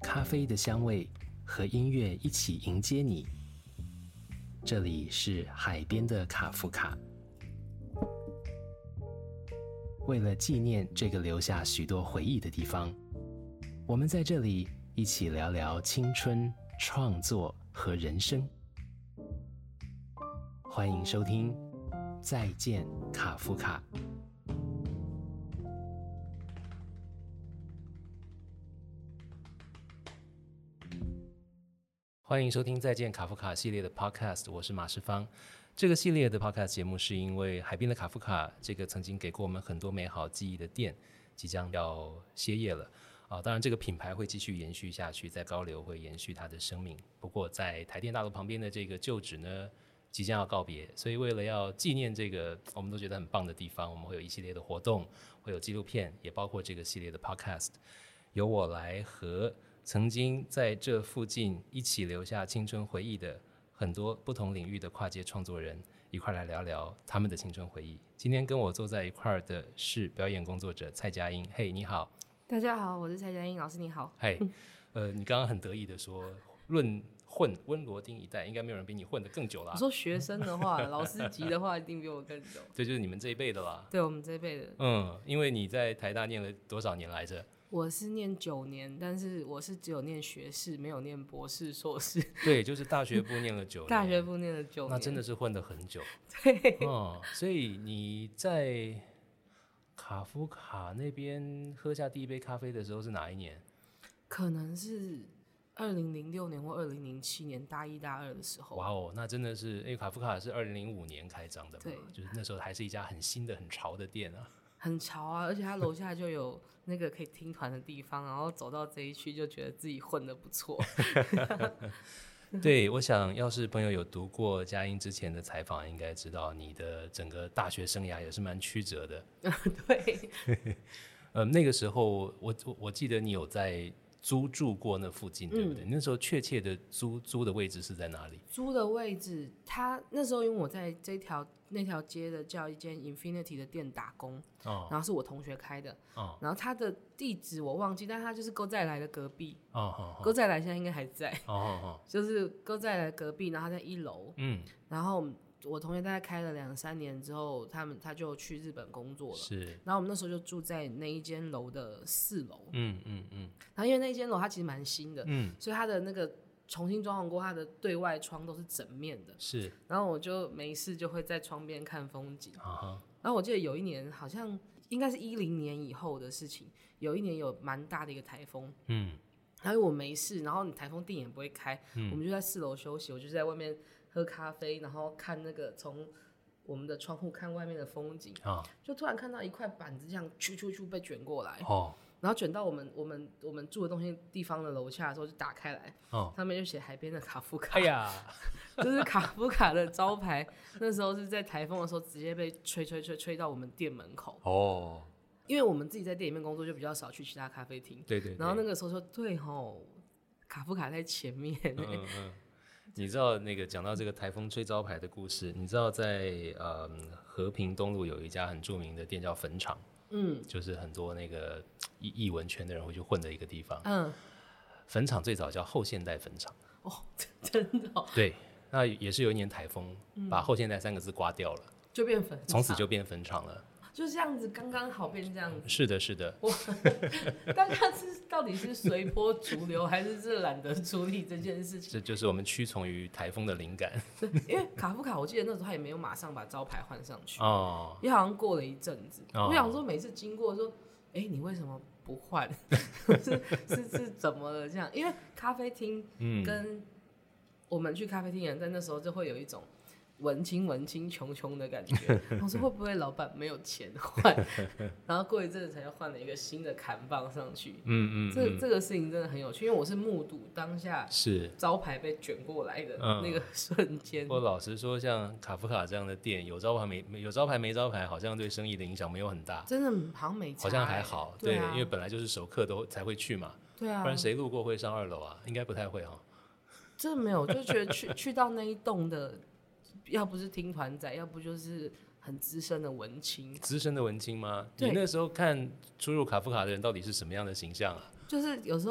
咖啡的香味和音乐一起迎接你。这里是海边的卡夫卡。为了纪念这个留下许多回忆的地方，我们在这里一起聊聊青春、创作和人生。欢迎收听《再见卡夫卡》。欢迎收听《再见卡夫卡》系列的 Podcast， 我是马世芳。这个系列的 Podcast 节目是因为海边的卡夫卡这个曾经给过我们很多美好记忆的店即将要歇业了当然这个品牌会继续延续下去，在高流会延续它的生命。不过在台电大楼旁边的这个旧址呢，即将要告别，所以为了要纪念这个我们都觉得很棒的地方，我们会有一系列的活动，会有纪录片，也包括这个系列的 Podcast， 由我来和曾经在这附近一起留下青春回忆的很多不同领域的跨界创作人一块来聊聊他们的青春回忆。今天跟我坐在一块的是表演工作者蔡佳音。嘿，你好。 大家好，我是蔡佳音老师，你好。 嘿，你刚刚很得意的说，论混温罗丁一代，应该没有人比你混得更久了。 我说学生的话，老师级的话，一定比我更久。 对，就是你们这一辈的啦。 对，我们这一辈的。 因为你在台大念了多少年来着？ 我是念9年，但是我是只有念学士，没有念博士、硕士。 对，就是大学部念了9年。 大学部念了9年， 那真的是混得很久。 对。 所以你在卡夫卡那边喝下第一杯咖啡的时候是哪一年？ 可能是2006年或2007年，大1大2的时候。 哇哦，那真的是，因为卡夫卡是2005年开张的嘛， 对， 就是那时候还是一家很新的、很潮的店啊。 很潮啊，而且它楼下就有那个可以听团的地方，然后走到这一区就觉得自己混得不错。 对，我想要是朋友有读过佳音之前的采访，应该知道你的整个大学生涯也是蛮曲折的。 对。 那个时候我记得你有在租住过那附近，对不对？那时候确切的租的位置是在哪里？租的位置，他那时候因为我在那条街的叫一间 Infinity 的店打工，然后是我同学开的，然后他的地址我忘记，但他就是歌再来的隔壁。歌再来现在应该还在，就是歌再来隔壁，然后他在1楼，然后我同学大概开了2-3年之后，他就去日本工作了。是，然后我们那时候就住在那一间楼的4楼。然后因为那一间楼它其实蛮新的，所以它的那个重新装潢过，它的对外窗都是整面的。是，然后我就没事就会在窗边看风景。然后我记得有一年好像应该是10年以后的事情，有一年有蛮大的一个台风。然后我没事，然后你台风电也不会开，我们就在4楼休息，我就在外面喝咖啡，然后看那个从我们的窗户看外面的风景，就突然看到一块板子这样咻被卷过来，然后卷到我们住的地方的楼下的时候就打开来，上面就写海边的卡夫卡。哎呀，就是卡夫卡的招牌，那时候是在台风的时候直接被吹到我们店门口。因为我们自己在店里面工作，就比较少去其他咖啡厅。对。然后那个时候说，对吼，卡夫卡在前面。 你知道那个讲到这个台风吹招牌的故事，你知道在和平东路有一家很著名的店叫坟场，就是很多那个艺文圈的人会去混的一个地方。坟场最早叫后现代坟场。 真的哦。 对，那也是有一年台风，把后现代3个字刮掉了， 就变坟场， 从此就变坟场了。 就这样子，刚刚好变这样子。是的，是的。 刚刚到底是随波逐流，还是懒得处理这件事情？ 这就是我们屈从于台风的灵感。 因为卡夫卡，我记得那时候他也没有马上把招牌换上去，也好像过了一阵子。我想说，每次经过说，你为什么不换？是怎么了这样？因为咖啡厅跟我们去咖啡厅的人在那时候就会有一种文青穷的感觉。我说会不会老板没有钱换？然后过一阵子才又换了一个新的砍棒上去。这个事情真的很有趣，因为我是目睹当下是招牌被卷过来的那个瞬间。 我老实说，像卡夫卡这样的店，有招牌没招牌，好像对生意的影响没有很大。 真的好像没差， 好像还好。对，因为本来就是熟客才会去嘛。 对啊， 不然谁路过会上2楼啊？应该不太会哈。 真的没有，就觉得去到那一栋的。要不是听团仔，要不就是很资深的文青。 资深的文青吗？你那时候看出入卡夫卡的人到底是什么样的形象啊？ 就是有时候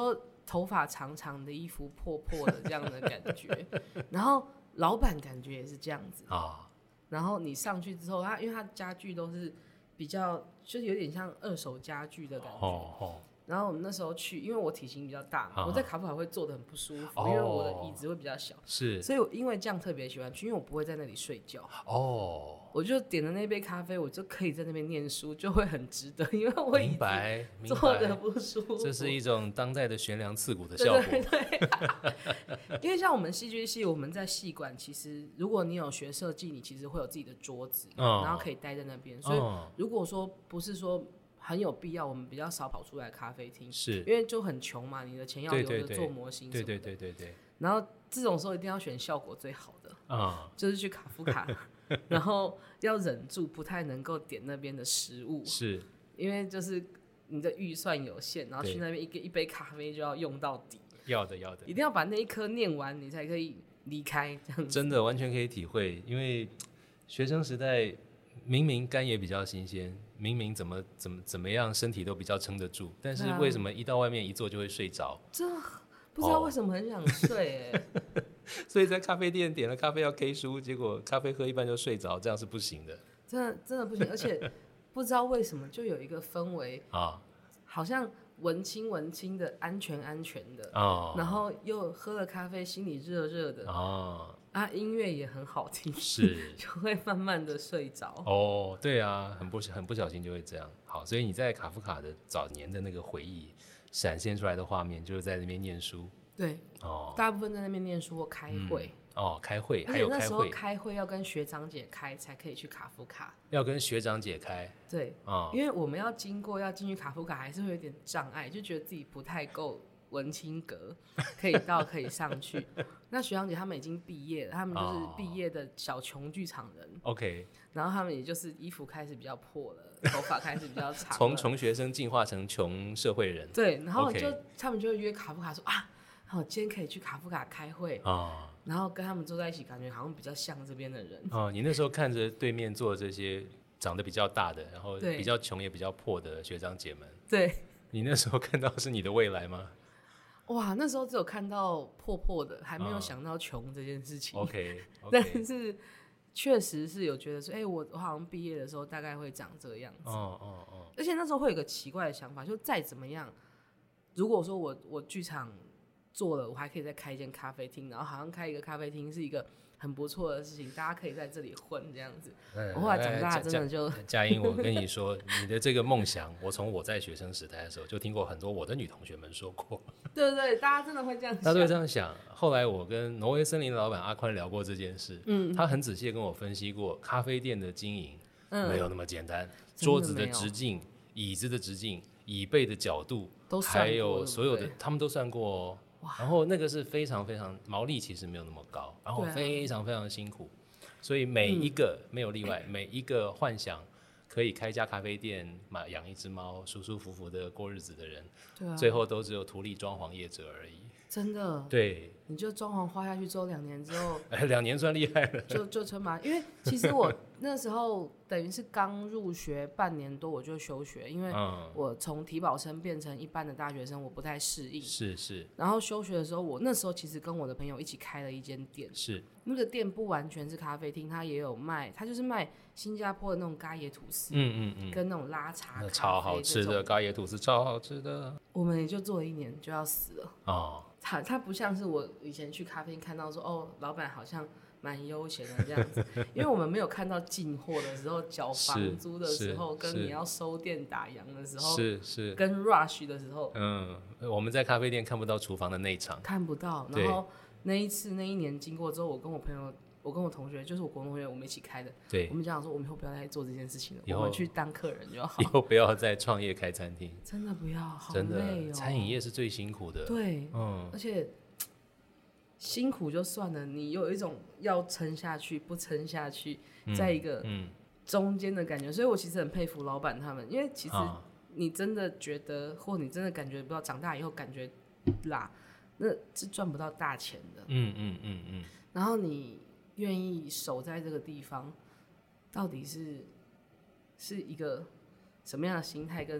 头发长长的，衣服破破的这样的感觉。然后老板感觉也是这样子啊。然后你上去之后，因为他家具都是比较，就是有点像二手家具的感觉。然后我们那时候去，因为我体型比较大，我在卡夫卡会坐得很不舒服，因为我的椅子会比较小，所以我因为这样特别喜欢去，因为我不会在那里睡觉。我就点了那杯咖啡，我就可以在那边念书，就会很值得，因为我椅子坐得不舒服。 这是一种当代的悬梁刺股的效果。 对，因为像我们戏剧系，我们在戏馆，其实如果你有学设计，你其实会有自己的桌子，然后可以待在那边。所以如果说不是说很有必要，我们比较少跑出来咖啡厅， 是因为就很穷嘛，你的钱要留着做模型什么的。 对。 然后这种时候一定要选效果最好的，就是去卡夫卡，然后要忍住不太能够点那边的食物， 是因为就是你的预算有限，然后去那边一杯咖啡就要用到底， 要的， 一定要把那一颗念完，你才可以离开。这样子真的完全可以体会，因为学生时代明明肝也比较新鲜。明明怎么样，身体都比较撑得住，但是为什么一到外面一坐就会睡着？ 这不知道为什么很想睡所以在咖啡店点了咖啡要 K 书，结果咖啡喝一半就睡着，这样是不行的。 真的不行，而且不知道为什么就有一个氛围好像文青的，安全的然后又喝了咖啡，心里热热的音乐也很好听， 是就会慢慢的睡着。 对啊，很不小心就会这样。好，所以你在卡夫卡的早年的那个回忆闪现出来的画面，就是在那边念书。 对，大部分在那边念书或开会。 开会，还有开会。 那时候开会要跟学长姐开才可以去卡夫卡。 要跟学长姐开。 对，因为我们要进去卡夫卡，还是会有点障碍，就觉得自己不太够文青格，可以上去。那学长姐他们已经毕业了，他们就是毕业的小穷剧场人。 OK。 然后他们也就是衣服开始比较破了，头发开始比较长了， 从穷学生进化成穷社会人。 对，然后他们就会约卡夫卡说今天可以去卡夫卡开会然后跟他们坐在一起，感觉好像比较像这边的人。 你那时候看着对面坐这些长得比较大的，然后比较穷也比较破的学长姐们， 对， 你那时候看到是你的未来吗？ 哇，那时候只有看到破破的，还没有想到穷这件事情。 OK， 但是确实是有觉得说，我好像毕业的时候大概会长这个样子。而且那时候会有一个奇怪的想法，就再怎么样，如果说我剧场做了，我还可以再开一间咖啡厅，然后好像开一个咖啡厅是一个很不错的事情，大家可以在这里混这样子。我后来长大真的就佳音，我跟你说，你的这个梦想，我从我在学生时代的时候就听过很多我的女同学们说过。 对，大家真的会这样想。 大家都会这样想。后来我跟挪威森林的老板阿宽聊过这件事，他很仔细的跟我分析过，咖啡店的经营没有那么简单，桌子的直径、椅子的直径、椅背的角度，还有所有的，他们都算过哦。然后那个是非常非常毛利，其实没有那么高，然后非常非常辛苦，所以每一个没有例外，每一个幻想可以开一家咖啡店、养一只猫、舒舒服服的过日子的人，最后都只有图利装潢业者而已。 真的， 对， 你就装潢花下去之后，2年之后 ，2年算厉害了， 就撑嘛。因为其实我那时候等于是刚入学半年多我就休学，因为我从体保生变成一般的大学生，我不太适应。 是。 然后休学的时候，我那时候其实跟我的朋友一起开了一间店， 是那个店不完全是咖啡厅，它也有卖，它就是卖新加坡的那种咖椰吐司，跟那种拉茶咖啡， 超好吃的咖椰吐司，超好吃的。 我们也就做了1年就要死了它不像是我以前去咖啡厅看到说老板好像蛮悠闲的这样子，因为我们没有看到进货的时候、缴房租的时候，跟你要收店打烊的时候， 是跟 rush 的时候， 我们在咖啡店看不到厨房的内场， 看不到。然后那一年经过之后，我跟我朋友。我跟我同学，就是我国中同学，我们一起开的。对，我们讲说，我们以后不要再做这件事情了，我们去当客人就好。 以后不要再创业开餐厅， 真的不要，好累哦。真的， 餐饮业是最辛苦的。 对，而且辛苦就算了，你有一种要撑下去，不撑下去，在一个中间的感觉。所以我其实很佩服老板他们，因为其实你真的觉得，或你真的感觉不到，长大以后感觉啦，那是赚不到大钱的。然后你愿意守在这个地方，到底是一个什么样的心态跟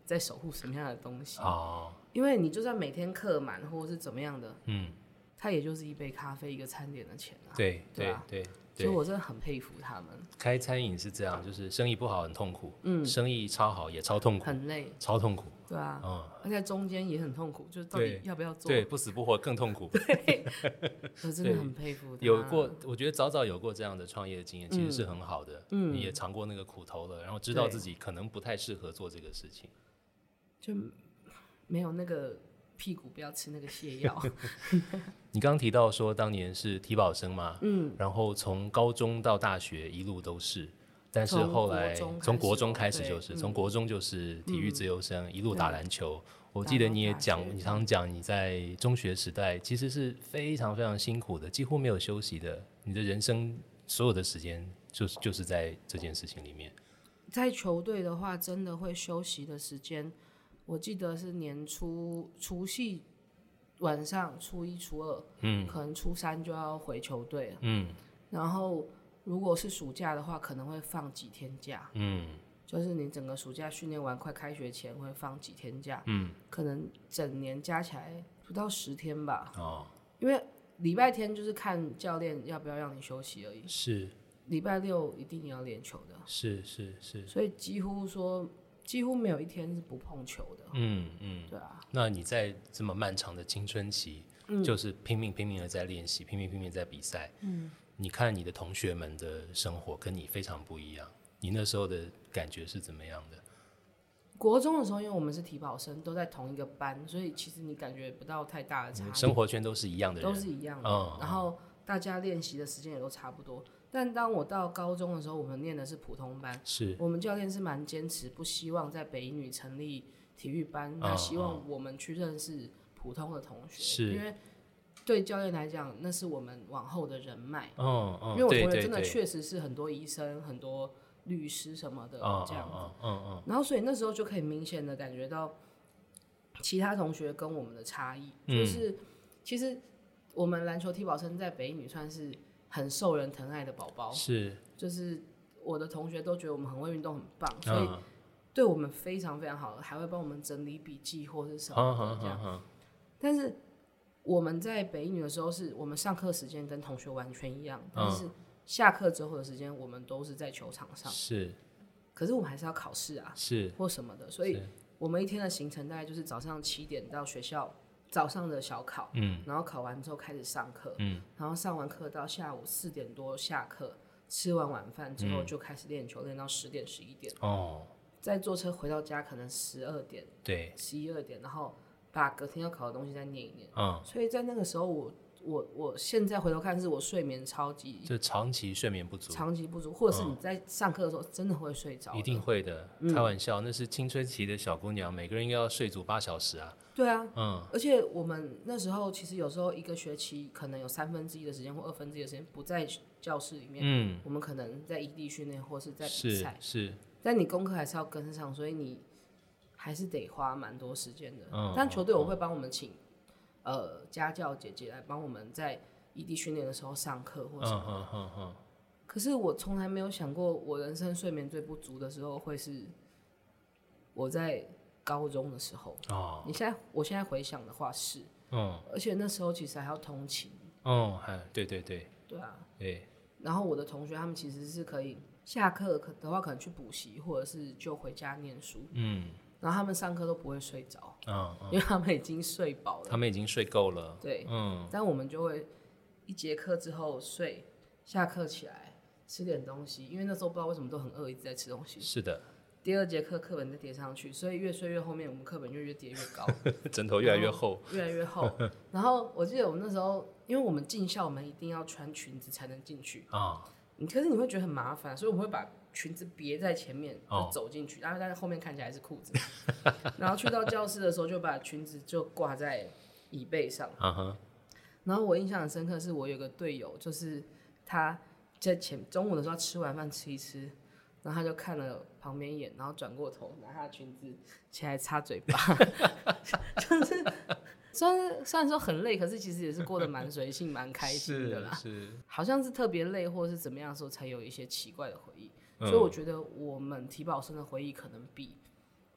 在守护什么样的东西。因为你就算每天客满或者是怎么样的，它也就是一杯咖啡一个餐点的钱啊。 对， 所以我真的很佩服他们。 开餐饮是这样，就是生意不好很痛苦，生意超好也超痛苦， 很累， 超痛苦。 对啊，而且中间也很痛苦，就是到底要不要做？ 对，不死不活更痛苦。 对，我真的很佩服他。 有过，我觉得早有过这样的创业经验，其实是很好的。你也尝过那个苦头了，然后知道自己可能不太适合做这个事情， 就没有那个屁股不要吃那个泻药。 你刚刚提到说当年是体保生嘛，然后从高中到大学一路都是，但是后来从国中开始就是从国中就是体育自由生，一路打篮球。我记得你也讲，你常讲你在中学时代其实是非常非常辛苦的，几乎没有休息的，你的人生所有的时间就是在这件事情里面。 在球队的话，真的会休息的时间，我记得是年初除夕晚上，初一、初二，可能初三就要回球队了，然后如果是暑假的话，可能会放几天假，就是你整个暑假训练完，快开学前会放几天假，可能整年加起来不到10天吧，因为礼拜天就是看教练要不要让你休息而已， 是， 礼拜六一定要练球的， 是， 所以几乎没有一天是不碰球的。对啊。 那你在这么漫长的青春期，就是拼命的在练习，拼命在比赛。你看你的同学们的生活跟你非常不一样，你那时候的感觉是怎么样的？ 国中的时候，因为我们是体保生，都在同一个班，所以其实你感觉不到太大的差异。 生活圈都是一样的人， 都是一样的。然后大家练习的时间也都差不多。但当我到高中的时候，我们念的是普通班，我们教练是蛮坚持，不希望在北一女成立体育班，那希望我们去认识普通的同学，因为对教练来讲，那是我们往后的人脉。因为我同学真的确实是很多医生、很多律师什么的这样子。然后所以那时候就可以明显的感觉到其他同学跟我们的差异，就是其实我们篮球体保生在北一女算是很受人疼爱的宝宝，就是我的同学都觉得我们很会运动，很棒，所以对我们非常非常好，还会帮我们整理笔记或是什么的这样。但是我们在北一女的时候，是我们上课时间跟同学完全一样，但是下课之后的时间，我们都是在球场上。可是我们还是要考试啊，或什么的，所以我们一天的行程大概就是早上7点到学校。早上的小考，然后考完之后开始上课，然后上完课到下午4点多下课，吃完晚饭之后就开始练球，练到10点11点，再坐车回到家可能12点，对，11、2点，然后把隔天要考的东西再念一念，所以在那个时候我现在回头看，是我睡眠超级， 就长期睡眠不足， 或者是你在上课的时候真的会睡着， 一定会的，开玩笑，那是青春期的小姑娘，每个人应该要睡足8小时啊。 对啊，而且我们那时候其实有时候一个学期可能有1/3的时间或1/2的时间不在教室里面，我们可能在异地训练或是在比赛，但你功课还是要跟上，所以你还是得花蛮多时间的。但球队我会帮我们请家教姐姐来帮我们在异地训练的时候上课或什么。可是我从来没有想过，我人生睡眠最不足的时候会是我在高中的时候。我现在回想的话是，而且那时候其实还要通勤。对啊，对。然后我的同学他们其实是可以下课的话，可能去补习，或者是就回家念书。然后他们上课都不会睡着，因为他们已经睡饱了， 他们已经睡够了。 对，但我们就会1节课之后睡，下课起来吃点东西，因为那时候不知道为什么都很饿，一直在吃东西。 是的。 第2节课课本再叠上去，所以越睡越后面，我们课本就越叠越高， 枕头越来越厚， 越来越厚。然后我记得我们那时候，因为我们进校门一定要穿裙子才能进去可是你会觉得很麻烦，所以我们会把裙子别在前面就走进去，然后但是后面看起来是裤子。然后去到教室的时候，就把裙子就挂在椅背上。然后我印象很深刻，是我有个队友，就是他在中午的时候吃完饭吃一吃。然后他就看了旁边一眼，然后转过头拿他的裙子起来擦嘴巴，就是虽然说很累，可是其实也是过得蛮随性、蛮开心的啦。好像是特别累或是怎么样的时候，才有一些奇怪的回忆。所以我觉得我们体保生的回忆可能比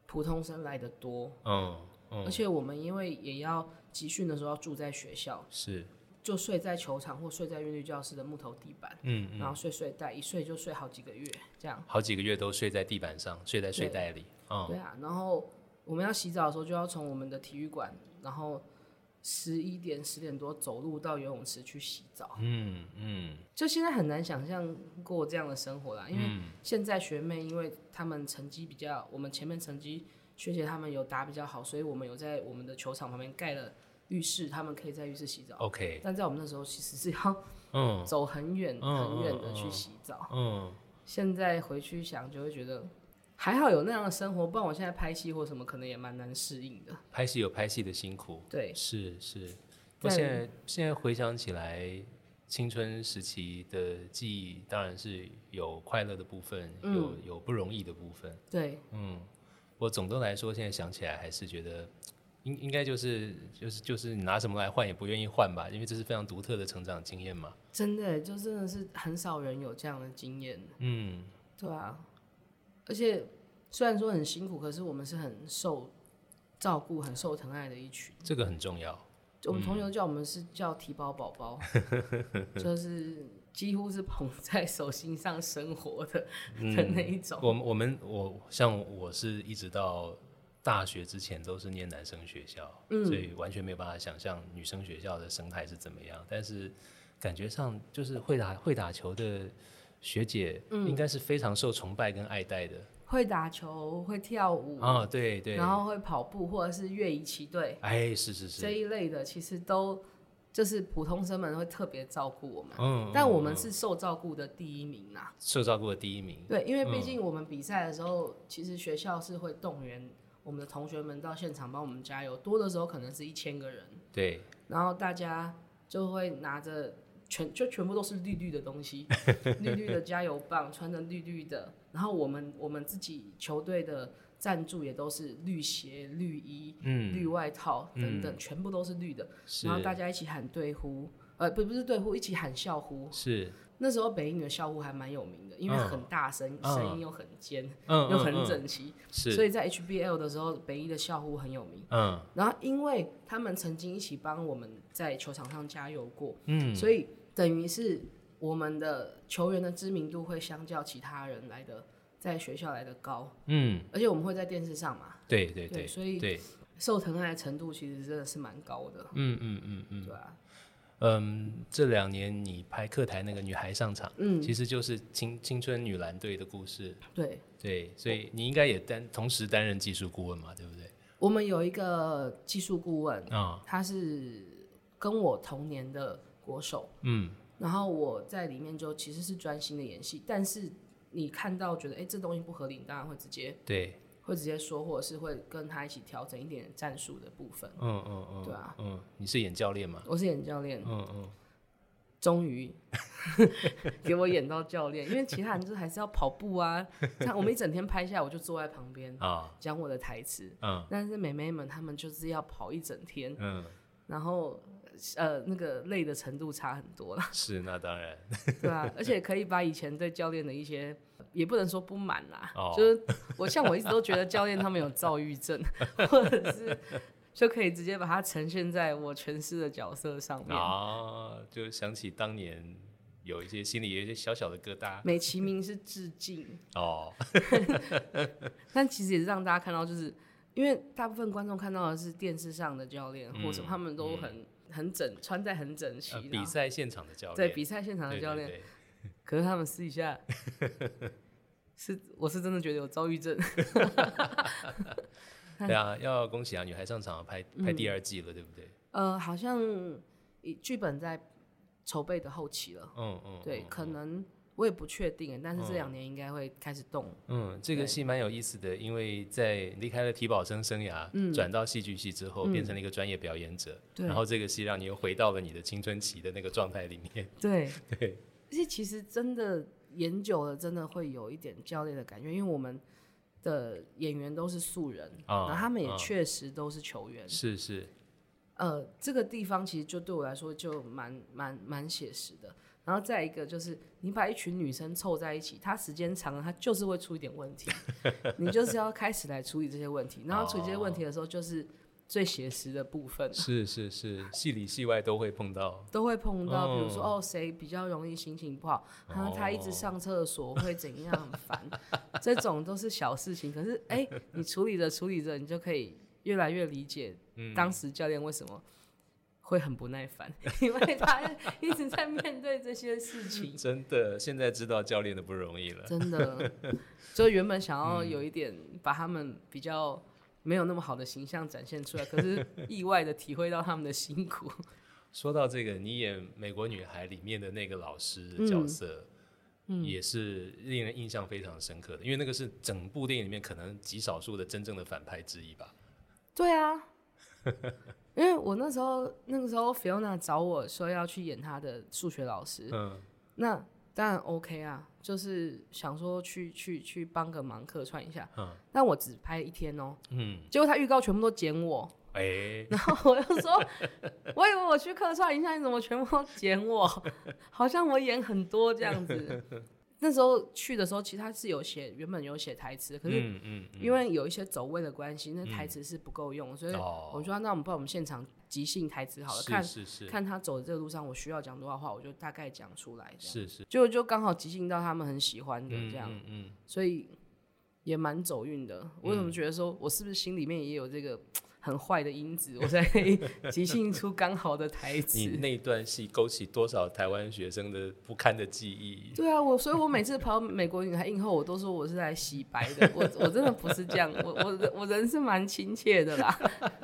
普通生来的多。而且我们因为也要集训的时候要住在学校， 是就睡在球场或睡在韵律教室的木头地板，然后睡袋，一睡就睡好几个月，这样好几个月都睡在地板上，睡在睡袋里。 对啊，然后我们要洗澡的时候就要从我们的体育馆，然后10点多走路到游泳池去洗澡。就现在很难想象过这样的生活啦，因为现在学妹因为她们成绩比较，我们前面成绩学姐她们有打比较好，所以我们有在我们的球场旁边盖了浴室，他们可以在浴室洗澡。 OK， 但在我们那时候其实是要走很远很远的去洗澡。现在回去想就会觉得还好有那样的生活，不然我现在拍戏或什么可能也蛮难适应的。 拍戏有拍戏的辛苦， 对， 是。我现在回想起来，青春时期的记忆当然是有快乐的部分，有不容易的部分。 对， 我总的来说，现在想起来还是觉得应该就是你拿什么来换也不愿意换吧，因为这是非常独特的成长经验嘛。 真的就真的是很少人有这样的经验。对啊，而且虽然说很辛苦，可是我们是很受照顾、很受疼爱的一群。 这个很重要。 我们同学都叫我们是叫提包宝宝，就是几乎是捧在手心上生活的那一种。 像我是一直到大学之前都是念男生学校，所以完全没有办法想象女生学校的生态是怎么样。但是感觉上就是会打球的学姐，应该是非常受崇拜跟爱戴的。 会打球，会跳舞对， 然后会跑步或者是乐仪旗队， 是这一类的，其实都就是普通生们会特别照顾我们。但我们是受照顾的第一名啊， 受照顾的第一名。 对，因为毕竟我们比赛的时候，其实学校是会动员我们的同学们到现场帮我们加油，多的时候可能是1000个人。 对， 然后大家就会拿着全部都是绿绿的东西，绿绿的加油棒，穿着绿绿的。然后我们自己球队的赞助也都是绿鞋、绿衣、绿外套等等，全部都是绿的。然后大家一起喊队呼，不是队呼，一起喊校呼。 是那时候北一女的校呼还蛮有名的，因为很大声，声音又很尖，又很整齐，所以在 HBL 的时候，北一的校呼很有名。然后因为他们曾经一起帮我们在球场上加油过，所以等于是我们的球员的知名度会相较其他人来的，在学校来的高。而且我们会在电视上嘛， 对， 所以受疼爱的程度其实真的是蛮高的。对啊。 这2年你拍客台那个女孩上场，其实就是青春女篮队的故事。对，所以你应该也同时担任技术顾问嘛，对不对？ 我们有一个技术顾问，他是跟我同年的国手，然后我在里面就其实是专心的演戏，但是你看到觉得这东西不合理，你当然会直接说，或者是会跟他一起调整一点战术的部分。对啊。 你是演教练吗？ 我是演教练。终于给我演到教练，因为其他人就还是要跑步啊。像我们一整天拍下来，我就坐在旁边讲我的台词。但是妹妹们她们就是要跑一整天。然后那个累的程度差很多啦。 是，那当然。 对啊，而且可以把以前对教练的一些，也不能说不满啦，就是我一直都觉得教练他们有躁郁症，或者是就可以直接把它呈现在我诠释的角色上面。 就想起当年心里有一些小小的疙瘩。 美其名是致敬但其实也是让大家看到，就是因为大部分观众看到的是电视上的教练，或者他们都很穿戴很整齐， 比赛现场的教练。 对，比赛现场的教练。对，可是他们私底下我是真的觉得有躁郁症。 对啊，要恭喜啊！女孩上场拍第2季了，对不对？ 好像剧本在筹备的后期了。对，可能我也不确定，但是这2年应该会开始动。 这个戏蛮有意思的，因为在离开了体保生生涯，转到戏剧系之后，变成了一个专业表演者。然后这个戏让你又回到了你的青春期的那个状态里面。 对，而且其实真的演久了，真的会有一点教练的感觉，因为我们的演员都是素人，然后他们也确实都是球员。是。这个地方其实就对我来说就蛮写实的。 然后再一个就是你把一群女生凑在一起，她时间长了，她就是会出一点问题，你就是要开始来处理这些问题，然后处理这些问题的时候，就是最写实的部分。 是，戏里戏外都会碰到， 比如说谁比较容易心情不好，他一直上厕所会怎样很烦，这种都是小事情。可是你处理着，你就可以越来越理解当时教练为什么会很不耐烦，因为他一直在面对这些事情。 真的，现在知道教练的不容易了， 真的。所以原本想要有一点把他们比较没有那么好的形象展现出来，可是意外的体会到他们的辛苦。 说到这个，你演《美国女孩》里面的那个老师的角色，也是令人印象非常深刻的，因为那个是整部电影里面可能极少数的真正的反派之一吧。 对啊，因为我那个时候 Fiona 找我说要去演她的数学老师，那当然 OK 啊，就是想说去帮个忙客串一下，但我只拍1天哦，结果他预告全部都剪我，然后我就说，我以为我去客串一下，你怎么全部都剪我？好像我演很多这样子。那时候去的时候，其实他是原本有写台词，可是因为有一些走位的关系，那台词是不够用，所以我说那我们现场即兴台词好了，看他走的这个路上我需要讲多少话，我就大概讲出来。就刚好即兴到他们很喜欢的这样，所以也蛮走运的。我怎么觉得说我是不是心里面也有这个很坏的因子，我才可以即兴出刚好的台词。 你那段戏勾起多少台湾学生的不堪的记忆？ 对啊，所以我每次跑美国女孩映后，我都说我是来洗白的。我真的不是这样，我人是蛮亲切的啦。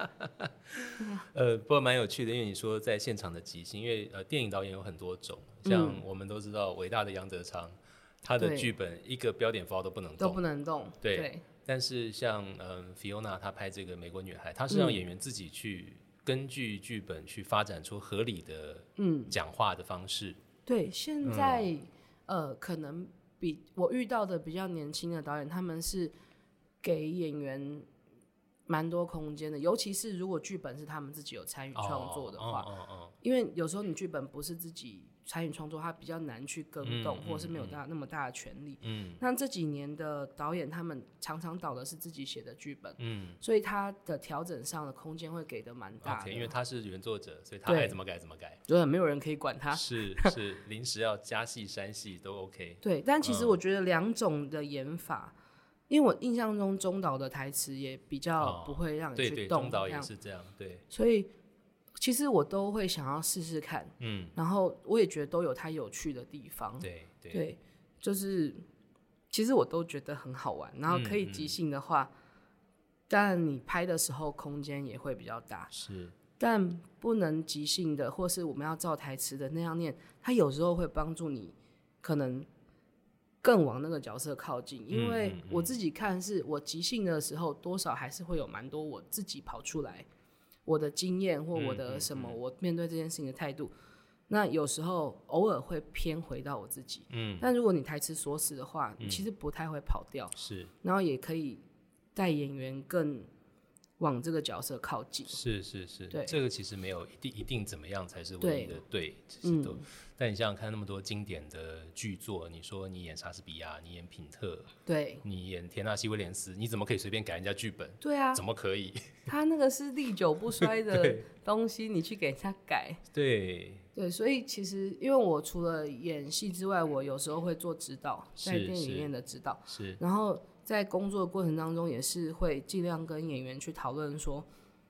不过蛮有趣的，因为你说在现场的即兴，因为电影导演有很多种，像我们都知道伟大的杨德昌，他的剧本一个标点符号都不能动，对。但是像Fiona 她拍这个美国女孩，她是让演员自己去根据剧本去发展出合理的讲话的方式。 对，现在可能比我遇到的比较年轻的导演，他们是给演员蛮多空间的，尤其是如果剧本是他们自己有参与创作的话，因为有时候你剧本不是自己参与创作，他比较难去更动，或者是没有那么大的权利。那这几年的导演，他们常常导的是自己写的剧本，所以他的调整上的空间会给的蛮大的。 因为他是原作者，所以他爱怎么改怎么改， 对，没有人可以管他。 是临时要加戏删戏都 OK。 对，但其实我觉得两种的演法。因为我印象中中岛的台词也比较不会让你去动， 对，中岛也是这样，对。 所以其实我都会想要试试看，然后我也觉得都有它有趣的地方，对，就是其实我都觉得很好玩。然后可以即兴的话，当然你拍的时候空间也会比较大， 是。 但不能即兴的，或是我们要照台词的那样念，它有时候会帮助你可能更往那个角色靠近，因为我自己看是我即兴的时候，多少还是会有蛮多我自己跑出来，我的经验或我的什么，我面对这件事情的态度。那有时候偶尔会偏回到我自己，但如果你台词锁死的话，你其实不太会跑掉， 是，然后也可以带演员更往这个角色靠近。 是，对，这个其实没有一定怎么样才是唯一的对，其实都。但你想想看，那么多经典的剧作，你说你演莎士比亚，你演品特， 对， 你演田纳西威廉斯，你怎么可以随便改人家剧本？ 对啊， 怎么可以？ 他那个是历久不衰的东西，你去给人家改， 对， 所以其实因为我除了演戏之外，我有时候会做指导，在电影里面的指导， 是， 然后在工作的过程当中，也是会尽量跟演员去讨论说，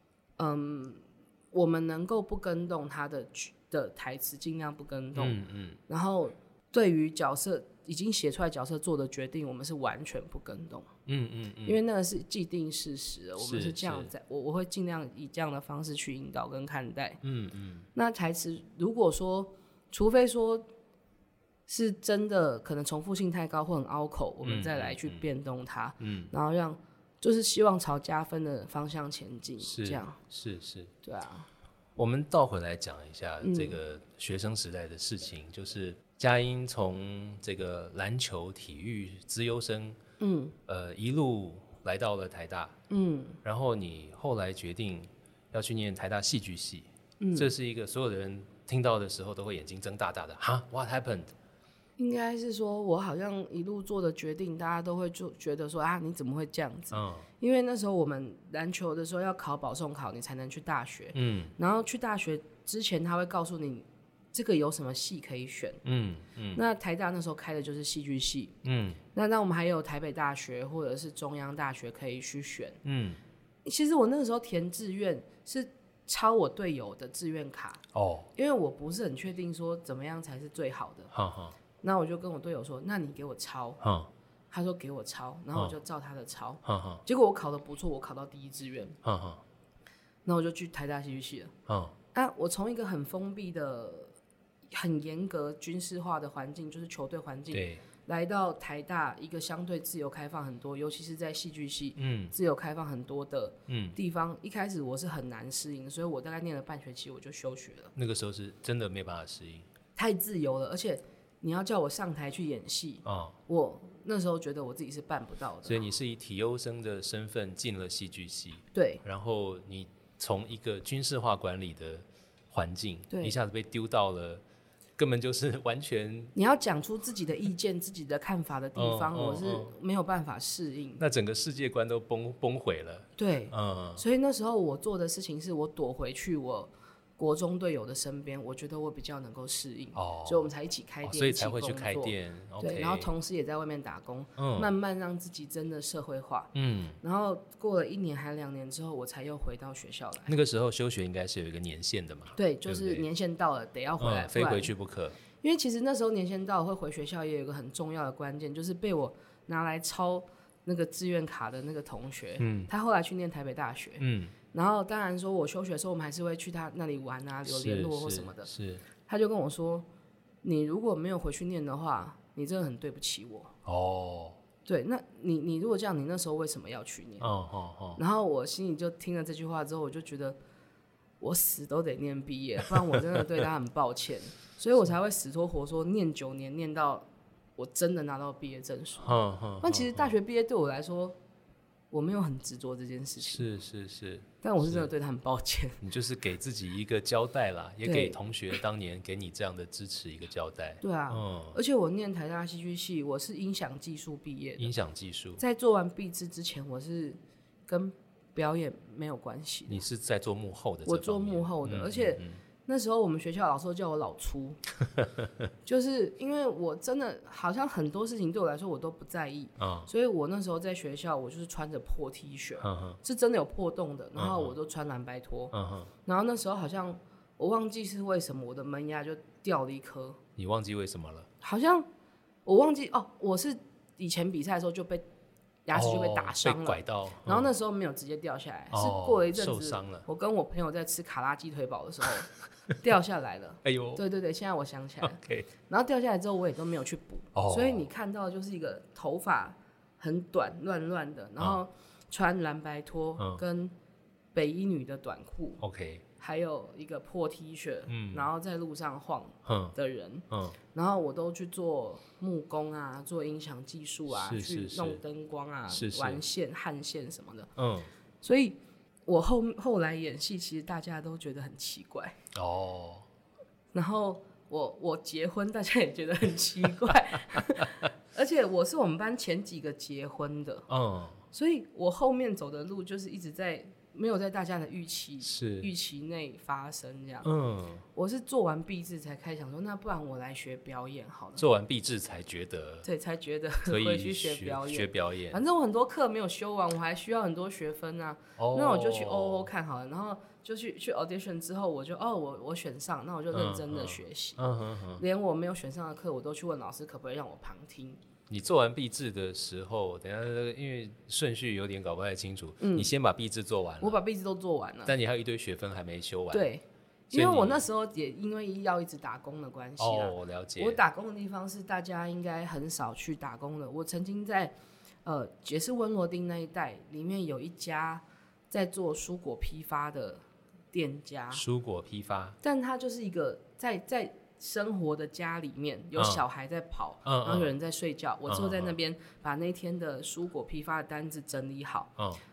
我们能够不更动他的台词，尽量不更动。然后对于角色已经写出来角色做的决定，我们是完全不更动。因为那个是既定事实了，我们是这样在，我会尽量以这样的方式去引导跟看待。那台词如果说，除非说是真的可能重复性太高或很拗口，我们再来去变动它。然后让就是希望朝加分的方向前进，这样是， 对啊。 我们倒回来讲一下这个学生时代的事情，就是佳音从这个篮球体育资优生，一路来到了台大，然后你后来决定要去念台大戏剧系，这是一个所有的人听到的时候都会眼睛睁大大的，哈 ，What happened？ 应该是说我好像一路做的决定，大家都会觉得说啊，你怎么会这样子？因为那时候我们篮球的时候要考保送考，你才能去大学。然后去大学之前，他会告诉你这个有什么系可以选。那台大那时候开的就是戏剧系。那我们还有台北大学或者是中央大学可以去选。其实我那个时候填志愿是抄我队友的志愿卡。因为我不是很确定说怎么样才是最好的。那我就跟我队友说，那你给我抄。他说给我抄，然后我就照他的抄。结果我考得不错，我考到第一志愿。那我就去台大戏剧系了。我从一个很封闭的、很严格军事化的环境，就是球队环境，来到台大一个相对自由开放很多，尤其是在戏剧系，自由开放很多的地方。一开始我是很难适应，所以我大概念了半学期我就休学了。 那个时候是真的没办法适应， 太自由了，而且你要叫我上台去演戏，我那时候觉得我自己是办不到的。 所以你是以体优生的身份进了戏剧系， 对， 然后你从一个军事化管理的环境，一下子被丢到了根本就是完全你要讲出自己的意见、自己的看法的地方，我是没有办法适应。 那整个世界观都崩毁了。 对，所以那时候我做的事情是我躲回去我国中队友的身边，我觉得我比较能够适应。所以我们才一起开店， 所以才会去开店。 对，然后同时也在外面打工，慢慢让自己真的社会化。然后过了1年还2年之后，我才又回到学校来。 那个时候休学应该是有一个年限的嘛？ 对，就是年限到了，得要回来， 非回去不可。 因为其实那时候年限到了会回学校，也有一个很重要的关键，就是被我拿来抄那个志愿卡的那个同学，他后来去念台北大学。然后当然说我休学的时候，我们还是会去他那里玩啊，有联络或什么的。 是， 他就跟我说，你如果没有回去念的话，你真的很对不起我。对，那你如果这样，你那时候为什么要去念？然后我心里就听了这句话之后，我就觉得我死都得念毕业，不然我真的对他很抱歉，所以我才会死拖活说念9年，念到我真的拿到毕业证书。但其实大学毕业对我来说，我没有很执着这件事情。 是， 但我是真的对他很抱歉。 你就是给自己一个交代啦，也给同学当年给你这样的支持一个交代。 对啊，而且我念台大戏剧系，我是音响技术毕业的。 音响技术， 在做完毕制之前，我是跟表演没有关系。 你是在做幕后的？ 我做幕后的，而且那时候我们学校老师都叫我老粗，就是因为我真的好像很多事情对我来说我都不在意，所以我那时候在学校我就是穿着破 T 恤，是真的有破洞的，然后我都穿蓝白拖，然后那时候好像我忘记是为什么我的门牙就掉了一颗。 你忘记为什么了？ 好像我忘记我是以前比赛的时候就被牙齿就被打伤了， 被拐到， 然后那时候没有直接掉下来，是过了一阵子受伤了。 我跟我朋友在吃卡拉鸡腿堡的时候掉下来了。 哎呦， 对，现在我想起来了。 Okay. 然后掉下来之后我也都没有去补，所以你看到的就是一个头发很短乱乱的，然后穿蓝白拖跟北一女的短裤。 OK。 还有一个破 T 恤，然后在路上晃的人，然后我都去做木工啊，做音响技术啊，去弄灯光啊，玩线、焊线什么的。所以我后来演戏，其实大家都觉得很奇怪。然后我结婚，大家也觉得很奇怪，而且我是我们班前几个结婚的，所以我后面走的路就是一直在。没有在大家的预期内发生这样。我是做完毕制才开始想说，那不然我来学表演好了。 做完毕制才觉得， 对，才觉得可以回去学表演。 反正我很多课没有修完，我还需要很多学分啊。那我就去OO看好了，然后就去 audition 之后，我就我选上，那我就认真的学习。连我没有选上的课，我都去问老师可不可以让我旁听。 你做完毕制的时候，等一下因为顺序有点搞不太清楚，你先把毕制做完了。 我把毕制都做完了， 但你还有一堆学分还没修完。 对，因为我那时候也因为要一直打工的关系啦。 我了解。 我打工的地方是大家应该很少去打工的。我曾经在也是温罗丁那一带，里面有一家在做蔬果批发的店家。 蔬果批发， 但它就是一个在生活的家里面有小孩在跑，然后有人在睡觉。我坐在那边把那天的蔬果批发的单子整理好，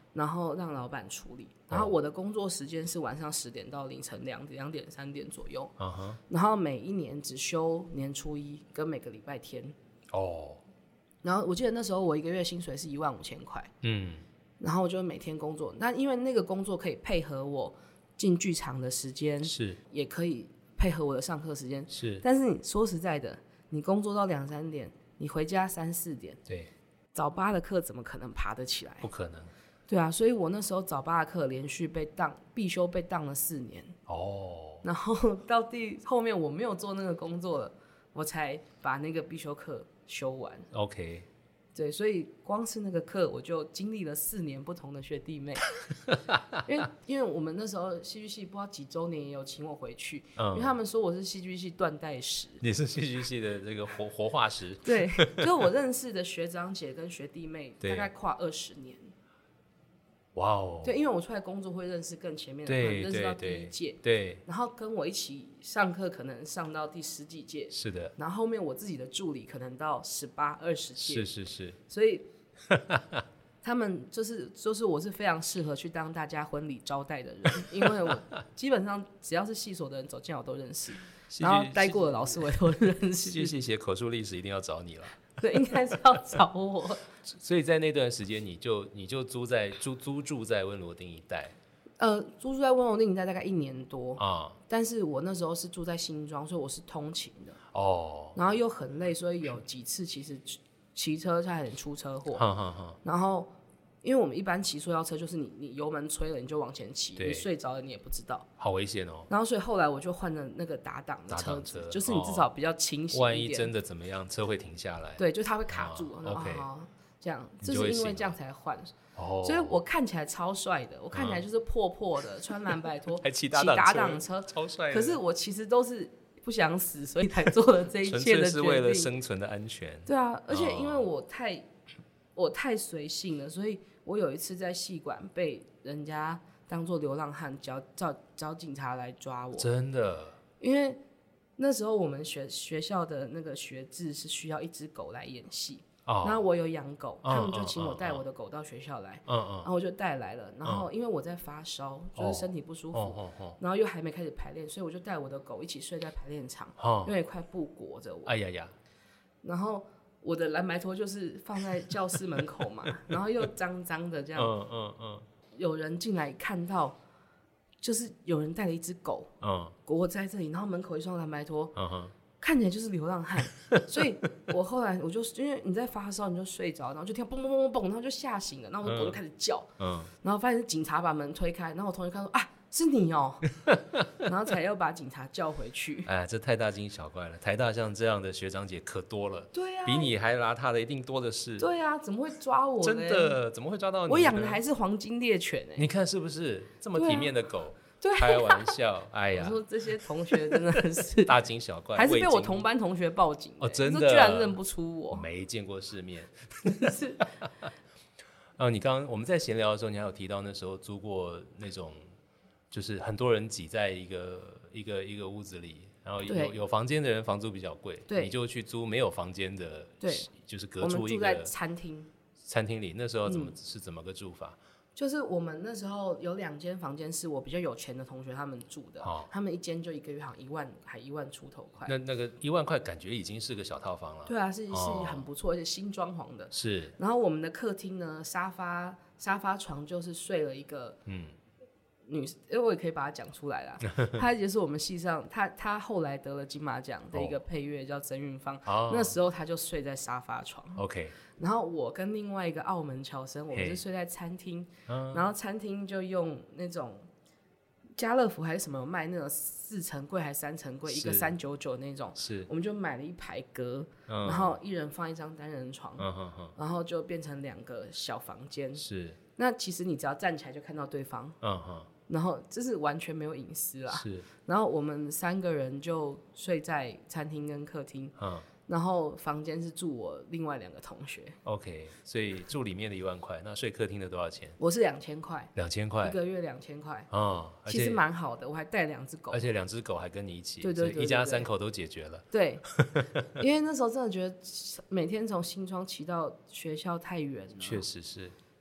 然后让老板处理。然后我的工作时间是晚上10点到凌晨2点、3点左右。然后每一年只休年初一跟每个礼拜天。然后我记得那时候我一个月薪水是15000块。然后我就每天工作，那因为那个工作可以配合我进剧场的时间， 是， 也可以配合我的上课时间， 是。 但是你说实在的，你工作到2、3点，你回家3、4点， 对， 早8的课怎么可能爬得起来？ 不可能。 对啊，所以我那时候早8的课连续必修被当了4年。然后到后面我没有做那个工作了，我才把那个必修课修完。 OK。 对，所以光是那个课我就经历了4年不同的学弟妹。因为我们那时候戏剧系不知道几周年也有请我回去，因为他们说我是戏剧系断代史。 你是戏剧系的这个活化石。 对，就是我认识的学长姐跟学弟妹大概跨20年。 哇哦！ 对，因为我出来工作会认识更前面的人，认识到第1届， 对， 然后跟我一起上课，可能上到第10几届， 是的。 然后后面我自己的助理可能到18、20届， 是。 所以他们就是我是非常适合去当大家婚礼招待的人，因为我基本上只要是系所的人走进来我都认识，然后待过的老师我也都认识。 戏剧系写口述历史一定要找你了。 对，应该是要找我。 所以在那段时间，你就租住在温罗丁一带。 租住在温罗丁一带大概1年多啊。但是我那时候是住在新庄，所以我是通勤的。然后又很累，所以有几次其实骑车差点出车祸。然后因为我们一般骑塑料车就是你油门吹了你就往前骑，你睡着了你也不知道， 好危险哦。 然后所以后来我就换了那个打档的车子，就是你至少比较清醒一点， 万一真的怎么样，车会停下来。 对，就它会卡住。 OK， 这样就是因为这样才换。所以我看起来超帅的，我看起来就是破的，穿蓝白拖， 还骑打档车， 超帅。 可是我其实都是不想死，所以才做了这一切的决定， 纯粹是为了生存的安全。 对啊，而且因为我太随性了，所以我有一次在戏馆被人家当作流浪汉找警察来抓我。 真的？因为那时候我们学校的那个学制是需要1只狗来演戏。然后我有养狗，他们就请我带我的狗到学校来，然后我就带来了。然后因为我在发烧，就是身体不舒服，然后又还没开始排练，所以我就带我的狗一起睡在排练场，用一块布裹着我。 哎呀呀！ 然后我的蓝白拖就是放在教室门口嘛，然后又脏脏的这样。有人进来看到，就是有人带了1只狗，裹在这里，然后门口一双蓝白拖。看起来就是流浪汉，所以我后来我就因为你在发烧，你就睡着，然后就听嘣嘣嘣嘣嘣，然后就吓醒了，然后我的狗就开始叫，然后发现是警察把门推开，然后我同学看说啊是你哦，然后才要把警察叫回去。 哎，这太大惊小怪了，台大像这样的学长姐可多了， 对啊， 比你还邋遢的一定多的是。 对啊，怎么会抓我呢？ 真的怎么会抓到你？ 我养的还是黄金猎犬你看是不是这么体面的狗？ 对啊， 开玩笑，哎呀！ 我说这些同学真的是大惊小怪， 还是被我同班同学报警。 真的， 居然认不出我， 没见过世面。是。你刚刚我们在闲聊的时候，你还有提到那时候租过那种，就是很多人挤在一个屋子里，然后有房间的人房租比较贵，你就去租没有房间的， 对， 就是隔出一个。 我们住在餐厅里，那时候是怎么个住法？ 就是我们那时候有2间房间是我比较有钱的同学他们住的，他们一间就1个月好像1万出头块。 那个1万块感觉已经是个小套房了。 对啊，是很不错，而且新装潢的。 是。 然后我们的客厅呢，沙发床就是睡了一个女，因为我也可以把它讲出来啦。她也是我们系上，她后来得了金马奖的一个配乐叫曾韵芳，那时候她就睡在沙发床。 OK。 然后我跟另外一个澳门侨生，我们是睡在餐厅，然后餐厅就用那种家乐福还是什么卖那种4层柜还是3层柜，一个399那种，我们就买了1排隔，然后一人放1张单人床，然后就变成2个小房间。 是。 那其实你只要站起来就看到对方，然后这是完全没有隐私啦。 是。 然后我们3个人就睡在餐厅跟客厅。然后房间是住我另外2个同学。 OK， 所以住里面的1万块，那睡客厅的多少钱？ 我是2000块。 2000块， 一个月2000块。其实蛮好的，我还带2只狗， 而且2只狗还跟你一起， 对， 所以一家3口都解决了。 对，因为那时候真的觉得每天从新庄骑到学校太远了。 确实是。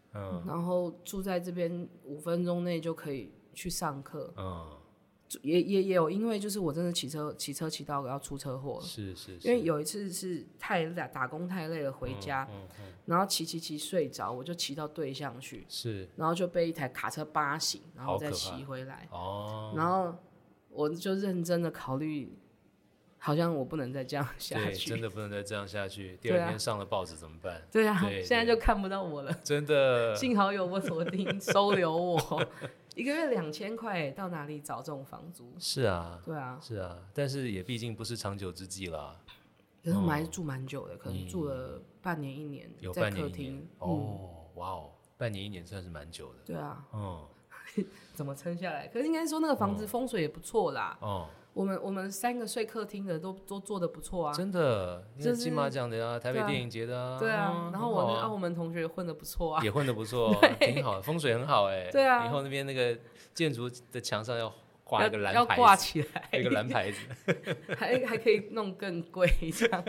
然后住在这边5分钟内就可以去上课，也有，因为就是我真的骑车骑到要出车祸了， 是， 因为有一次是打工太累了回家，然后骑睡着，我就骑到对向去， 是， 然后就被一台卡车扒醒，然后再骑回来，然后我就认真的考虑，好像我不能再这样下去， 对，真的不能再这样下去，第二天上了报纸怎么办？ 对啊，现在就看不到我了， 真的， 幸好有我锁定收留我。1个月2000块，到哪里找这种房租？ 是啊， 对啊， 是啊，但是也毕竟不是长久之计啦。 可是我们还是住蛮久的，可能住了半年1年， 有在客厅。 哇哦，半年1年算是蛮久的。 对啊，怎么撑下来？可是应该说那个房子风水也不错啦。我们3个睡客厅的都做得不错啊， 真的，就是金马奖的啊，台北电影节的啊， 对啊。然后我那澳门同学混得不错啊， 也混得不错，挺好，风水很好哎。 对啊， 以后那边那个建筑的墙上要挂一个蓝牌子， 要挂起来， 一个蓝牌子， 还可以弄更贵这样。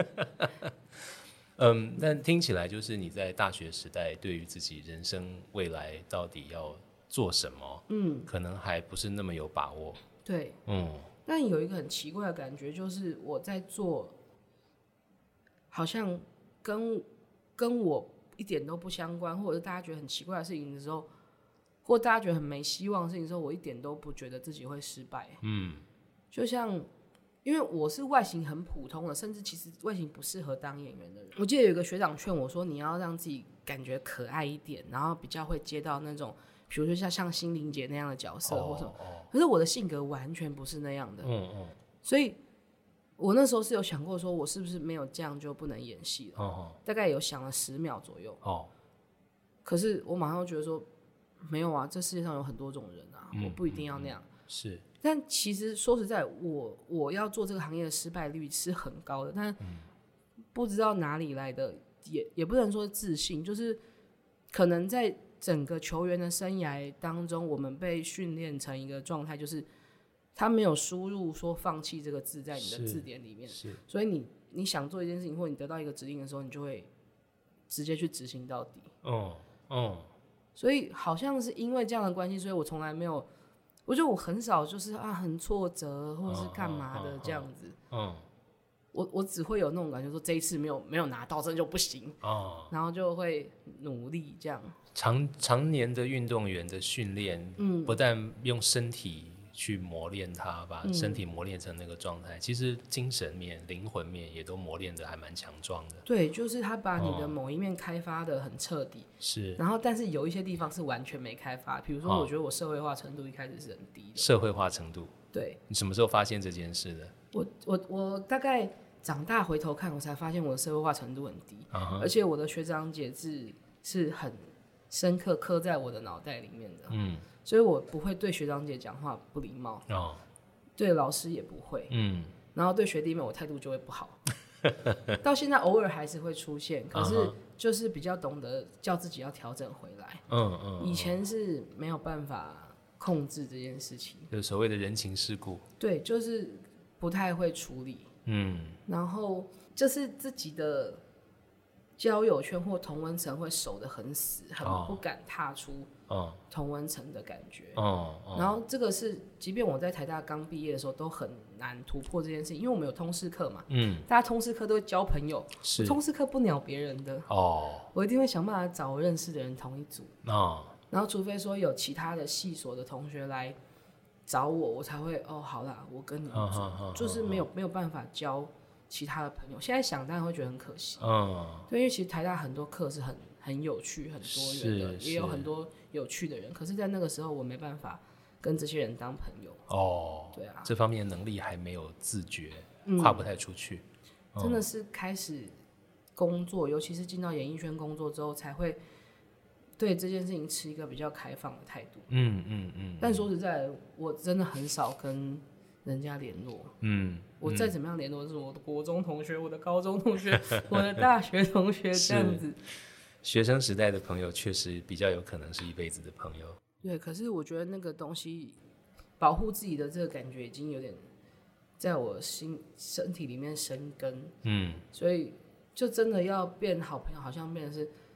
但听起来就是你在大学时代对于自己人生未来到底要做什么，可能还不是那么有把握。 对，但有一个很奇怪的感觉，就是我在做好像跟我一点都不相关，或者是大家觉得很奇怪的事情的时候，或大家觉得很没希望的事情的时候，我一点都不觉得自己会失败。就像因为我是外形很普通的，甚至其实外形不适合当演员的人。我记得有一个学长劝我说，你要让自己感觉可爱一点，然后比较会接到那种比如说像心灵姐那样的角色或什么，可是我的性格完全不是那样的，所以我那时候是有想过说我是不是没有这样就不能演戏了，大概有想了10秒左右，可是我马上就觉得说没有啊，这世界上有很多种人啊，我不一定要那样， 是。 但其实说实在，我要做这个行业的失败率是很高的，但不知道哪里来的，也不能说自信，就是可能在整个球员的生涯当中，我们被训练成一个状态，就是他没有输入说放弃这个字在你的字典里面，所以你想做一件事情，或你得到一个指令的时候，你就会直接去执行到底。所以好像是因为这样的关系，所以我从来没有，我觉得我很少就是很挫折或者是干嘛的这样子。我只会有那种感觉，说这一次没有拿到，真的就不行。然后就会努力这样。 常年的运动员的训练，不但用身体去磨练它，把身体磨练成那个状态，其实精神面、灵魂面也都磨练的还蛮强壮的。 对，就是他把你的某一面开发的很彻底， 是。 然后，但是有一些地方是完全没开发，比如说，我觉得我社会化程度一开始是很低的。 社会化程度。对。你什么时候发现这件事的？ 我大概长大回头看，我才发现我的社会化程度很低，而且我的学长姐制是很深刻刻在我的脑袋里面的。所以我不会对学长姐讲话不礼貌，对老师也不会，然后对学弟妹我态度就会不好，到现在偶尔还是会出现，可是就是比较懂得叫自己要调整回来。以前是没有办法控制这件事情， 就是所谓的人情世故。 对，就是不太会处理。然后就是自己的交友圈或同温层会守得很死，很不敢踏出同温层的感觉。然后这个是，即便我在台大刚毕业的时候，都很难突破这件事情，因为我们有通识课嘛，大家通识课都会交朋友，我通识课不鸟别人的，我一定会想办法找我认识的人同一组。然后除非说有其他的系所的同学来找我，我才会好啦，我跟你一组，就是没有办法交其他的朋友。现在想当然会觉得很可惜，对，因为其实台大很多课是很有趣、很多元的，也有很多有趣的人。可是，在那个时候，我没办法跟这些人当朋友。对啊， 这方面的能力还没有自觉，跨不太出去。 真的是开始工作，尤其是进到演艺圈工作之后，才会对这件事情持一个比较开放的态度。但说实在，我真的很少跟人家联络。我再怎么样联络，是我的国中同学、我的高中同学、我的大学同学这样子。 学生时代的朋友确实比较有可能是一辈子的朋友。 对，可是我觉得那个东西，保护自己的这个感觉已经有点在我身体里面生根。所以就真的要变好朋友，好像变成是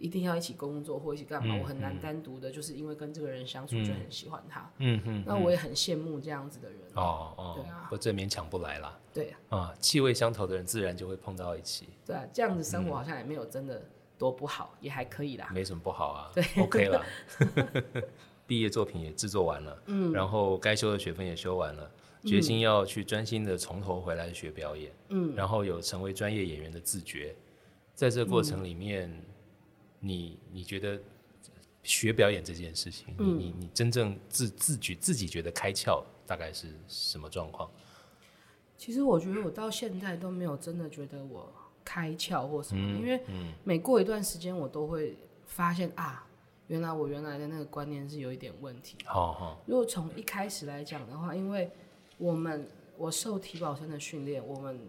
一定要一起工作或一起干嘛，我很难单独的，就是因为跟这个人相处就很喜欢他。那我也很羡慕这样子的人。对啊， 我这勉强不来啦。 对啊，气味相投的人自然就会碰到一起。 对啊，这样子生活好像也没有真的多不好，也还可以啦。 没什么不好啊。 对 ，OK 啦。毕业作品也制作完了，然后该修的学分也修完了，决心要去专心的从头回来学表演。然后有成为专业演员的自觉。在这个过程里面，你觉得学表演这件事情，你真正自己觉得开窍大概是什么状况？ 其实我觉得我到现在都没有真的觉得我开窍或什么，因为每过一段时间我都会发现啊，原来我原来的那个观念是有一点问题。如果从一开始来讲的话，因为我受体保生的训练，我们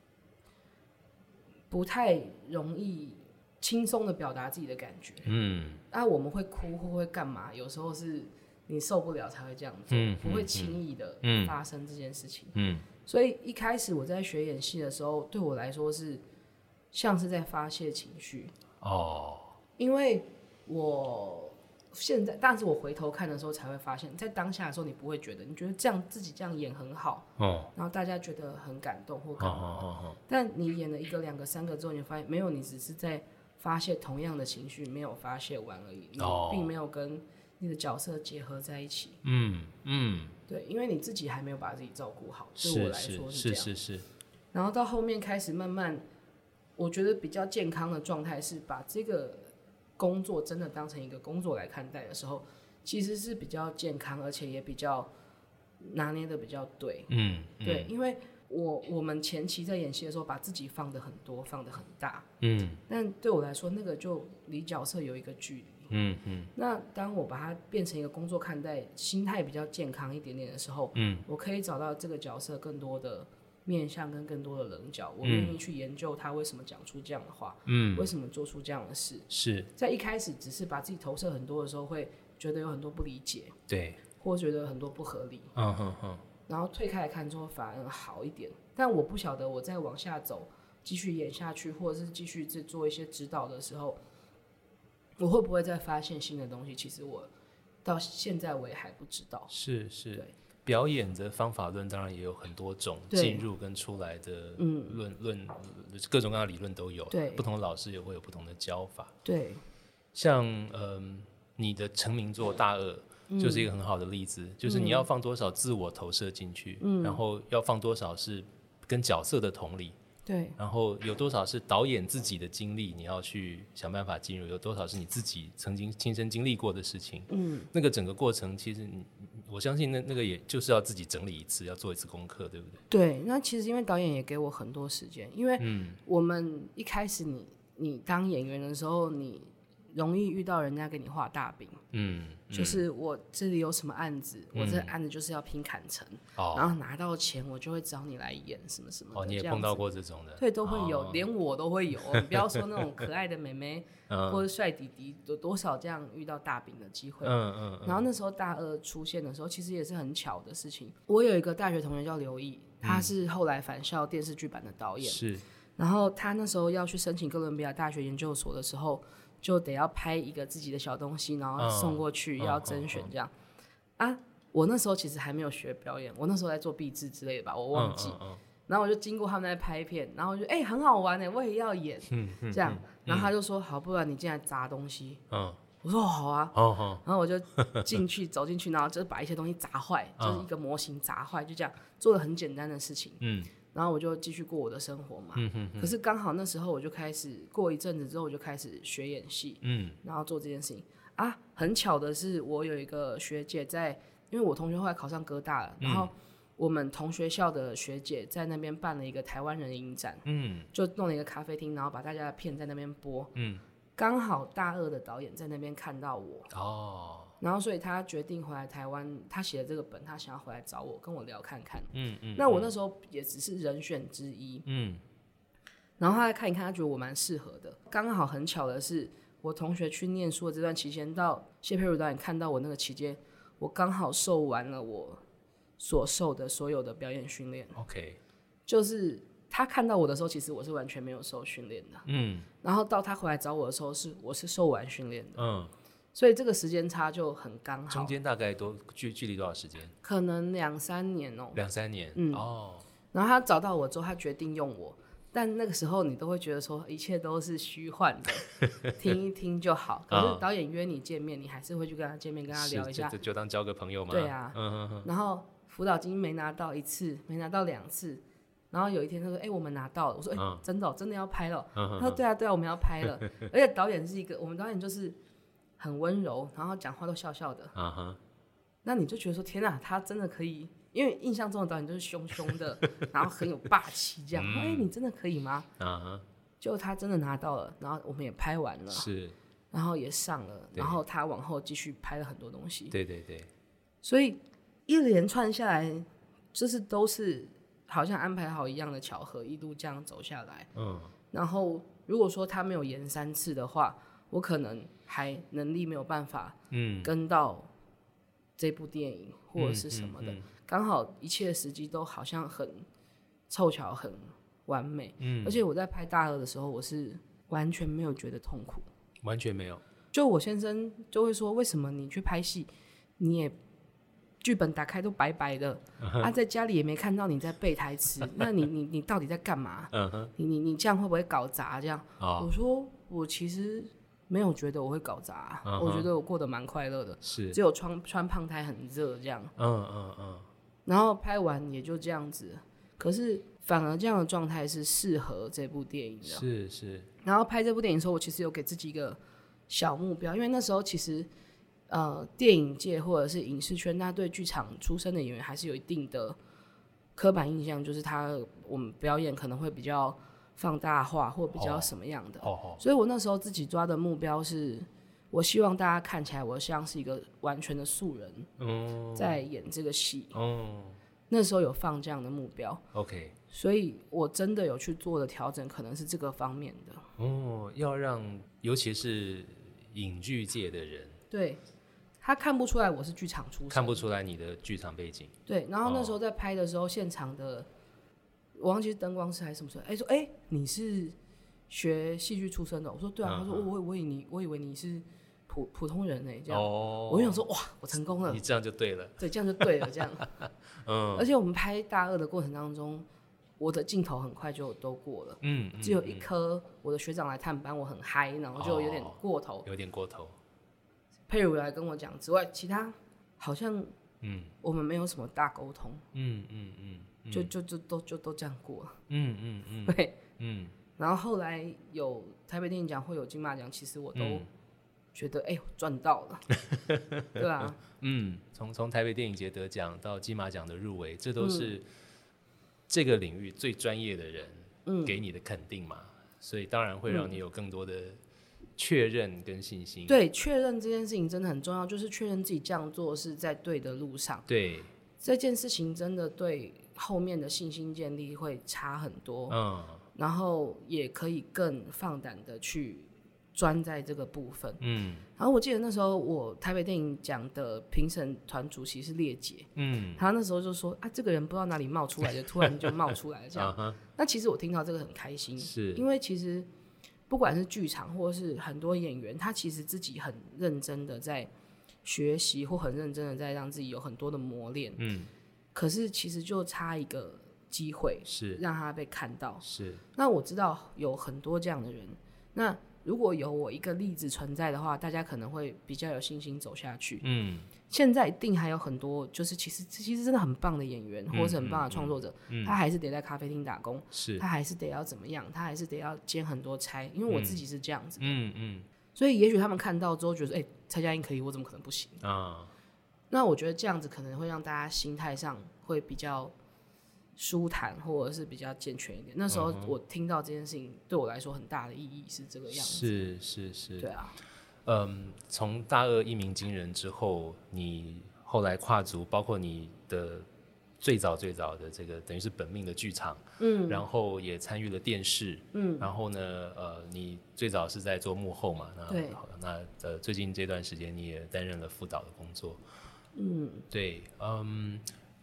不太容易轻松的表达自己的感觉。我们会哭或会干嘛，有时候是你受不了才会这样做，不会轻易的发生这件事情。所以一开始我在学演戏的时候，对我来说是像是在发泄情绪。因为我现在，但是我回头看的时候才会发现，在当下的时候你不会觉得，你觉得这样自己这样演很好，然后大家觉得很感动或干嘛。但你演了1个、2个、3个之后，你发现没有，你只是在发泄同样的情绪，没有发泄完而已，你并没有跟你的角色结合在一起。对，因为你自己还没有把自己照顾好，对我来说是这样。 是。 然后到后面开始慢慢，我觉得比较健康的状态是把这个工作真的当成一个工作来看待的时候，其实是比较健康，而且也比较拿捏的比较对。对，因为我们前期在演戏的时候，把自己放得很多，放得很大。但对我来说，那个就离角色有一个距离。那当我把它变成一个工作看待，心态比较健康一点点的时候，我可以找到这个角色更多的面向跟更多的棱角，我愿意去研究他为什么讲出这样的话，为什么做出这样的事。 是在一开始只是把自己投射很多的时候，会觉得有很多不理解， 对， 或觉得很多不合理。然后退开来看之后反而好一点。但我不晓得我再往下走，继续演下去，或者是继续做一些指导的时候，我会不会再发现新的东西？其实我到现在我也还不知道。 是。表演的方法论当然也有很多种，进入跟出来的论各种各样的理论都有。 对， 不同的老师也会有不同的教法。 对， 像你的成名作《大鳄》就是一个很好的例子，就是你要放多少自我投射进去，然后要放多少是跟角色的同理。 对， 然后有多少是导演自己的经历，你要去想办法进入；有多少是你自己曾经亲身经历过的事情。那个整个过程，其实我相信那个也就是要自己整理一次，要做一次功课，对不对？ 对，那其实因为导演也给我很多时间，因为我们一开始你当演员的时候，你容易遇到人家给你画大饼。就是我这里有什么案子，我这个案子就是要拼砍成，然后拿到钱我就会找你来演什么什么的。 你也碰到过这种的？ 对，都会有，连我都会有。你不要说那种可爱的妹妹或者帅弟弟，有多少这样遇到大饼的机会。然后那时候大二出现的时候，其实也是很巧的事情。我有一个大学同学叫刘毅，他是后来返校电视剧版的导演。 是。 然后他那时候要去申请哥伦比亚大学研究所的时候，就得要拍一个自己的小东西，然后送过去，要甄选这样。我那时候其实还没有学表演，我那时候在做毕制之类的吧，我忘记。然后我就经过他们在拍片，然后我就很好玩我也要演，这样。然后他就说好，不然你进来砸东西。我说好啊。然后我就走进去，然后就是把一些东西砸坏，就是一个模型砸坏，就这样做了很简单的事情。然后我就继续过我的生活嘛。可是刚好那时候我就开始过一阵子之后，我就开始学演戏。然后做这件事情很巧的是，我有一个学姐因为我同学后来考上哥大了，然后我们同学校的学姐在那边办了一个台湾人影展。就弄了一个咖啡厅，然后把大家的片在那边播。刚好大二的导演在那边看到我。然后所以他决定回来台湾，他写了这个本，他想要回来找我跟我聊看看。那我那时候也只是人选之一。然后他来看一看，他觉得我蛮适合的。刚好很巧的是，我同学去念书的这段期间，到谢佩如导演看到我那个期间，我刚好受完了我所受的所有的表演训练。 OK， 就是他看到我的时候，其实我是完全没有受训练的，然后到他回来找我的时候，我是受完训练的，所以这个时间差就很刚好。 中间大概距离多少时间？ 可能2-3年哦。 2-3年， 然后他找到我之后，他决定用我，但那个时候你都会觉得说一切都是虚幻的，听一听就好。可是导演约你见面，你还是会去跟他见面，跟他聊一下， 就当交个朋友嘛。 对啊，然后辅导金没拿到1次，没拿到2次，然后有一天他说：“我们拿到了。”我说：“真的真的要拍了。”他说：“对啊对啊，我们要拍了。”而且导演是我们导演就是很温柔，然后讲话都笑笑的。那你就觉得说天哪，他真的可以。因为印象中的导演就是凶凶的，然后很有霸气这样。你真的可以吗？结果他真的拿到了，然后我们也拍完了， 是， 然后也上了，然后他往后继续拍了很多东西。 对对对。 所以一连串下来，就是都是好像安排好一样的巧合，一路这样走下来。然后如果说他没有延3次的话，我可能还能力没有办法跟到这部电影或者是什么的。刚好一切时机都好像很凑巧，很完美。而且我在拍大二的时候，我是完全没有觉得痛苦， 完全没有。 就我先生就会说，为什么你去拍戏，你也剧本打开都白白的，在家里也没看到你在背台词，那你到底在干嘛？你这样会不会搞砸？这样，我说我其实没有觉得我会搞砸，我觉得我过得蛮快乐的， 是只有穿胖胎很热这样。然后拍完也就这样子，可是反而这样的状态是适合这部电影的。 是。 然后拍这部电影的时候，我其实有给自己一个小目标，因为那时候其实电影界或者是影视圈，他对剧场出身的演员还是有一定的刻板印象，就是我们表演可能会比较放大化或比较什么样的。所以我那时候自己抓的目标是，我希望大家看起来我像是一个完全的素人，在演这个戏。那时候有放这样的目标。 OK。 所以我真的有去做的调整，可能是这个方面的。 要让尤其是影剧界的人， 对，他看不出来我是剧场出身， 看不出来你的剧场背景。 对，然后那时候在拍的时候，现场的我忘记是灯光师还是什么时候，说你是学戏剧出身的？我说对啊。他说我以为你是普通人这样。我就想说哇，我成功了， 你这样就对了。 对，这样就对了，这样。而且我们拍大二的过程当中，我的镜头很快就都过了。只有一颗我的学长来探班，我很嗨，然后就有点过头。 有点过头。 佩如来跟我讲之外，其他好像我们没有什么大沟通。就都这样过了。对。然后后来有台北电影奖会有金马奖，其实我都觉得赚到了。对啊。 从台北电影节得奖到金马奖的入围，这都是这个领域最专业的人给你的肯定嘛，所以当然会让你有更多的确认跟信心。 对，确认这件事情真的很重要，就是确认自己这样做是在对的路上。 对， 这件事情真的对后面的信心建立会差很多。然后也可以更放胆的去专在这个部分。然后我记得那时候我台北电影奖的评审团主席是列姐。他那时候就说这个人不知道哪里冒出来的，突然就冒出来了这样。那其实我听到这个很开心，是因为其实不管是剧场或是很多演员，他其实自己很认真的在学习，或很认真的在让自己有很多的磨练。可是其实就差一个机会，是让他被看到。是，那我知道有很多这样的人，那如果有我一个例子存在的话，大家可能会比较有信心走下去。现在一定还有很多就是其实真的很棒的演员，或是很棒的创作者，他还是得在咖啡厅打工，是他还是得要怎么样，他还是得要兼很多差，因为我自己是这样子的。所以也许他们看到之后觉得蔡佳音可以，我怎么可能不行啊？那我觉得这样子可能会让大家心态上会比较舒坦，或者是比较健全一点。那时候我听到这件事情对我来说很大的意义是这个样子。是，对啊。 从大二一鸣惊人之后，你后来跨足，包括你的最早的这个等于是本命的剧场，然后也参与了电视，然后呢，你最早是在做幕后嘛，那最近这段时间你也担任了辅导的工作，对，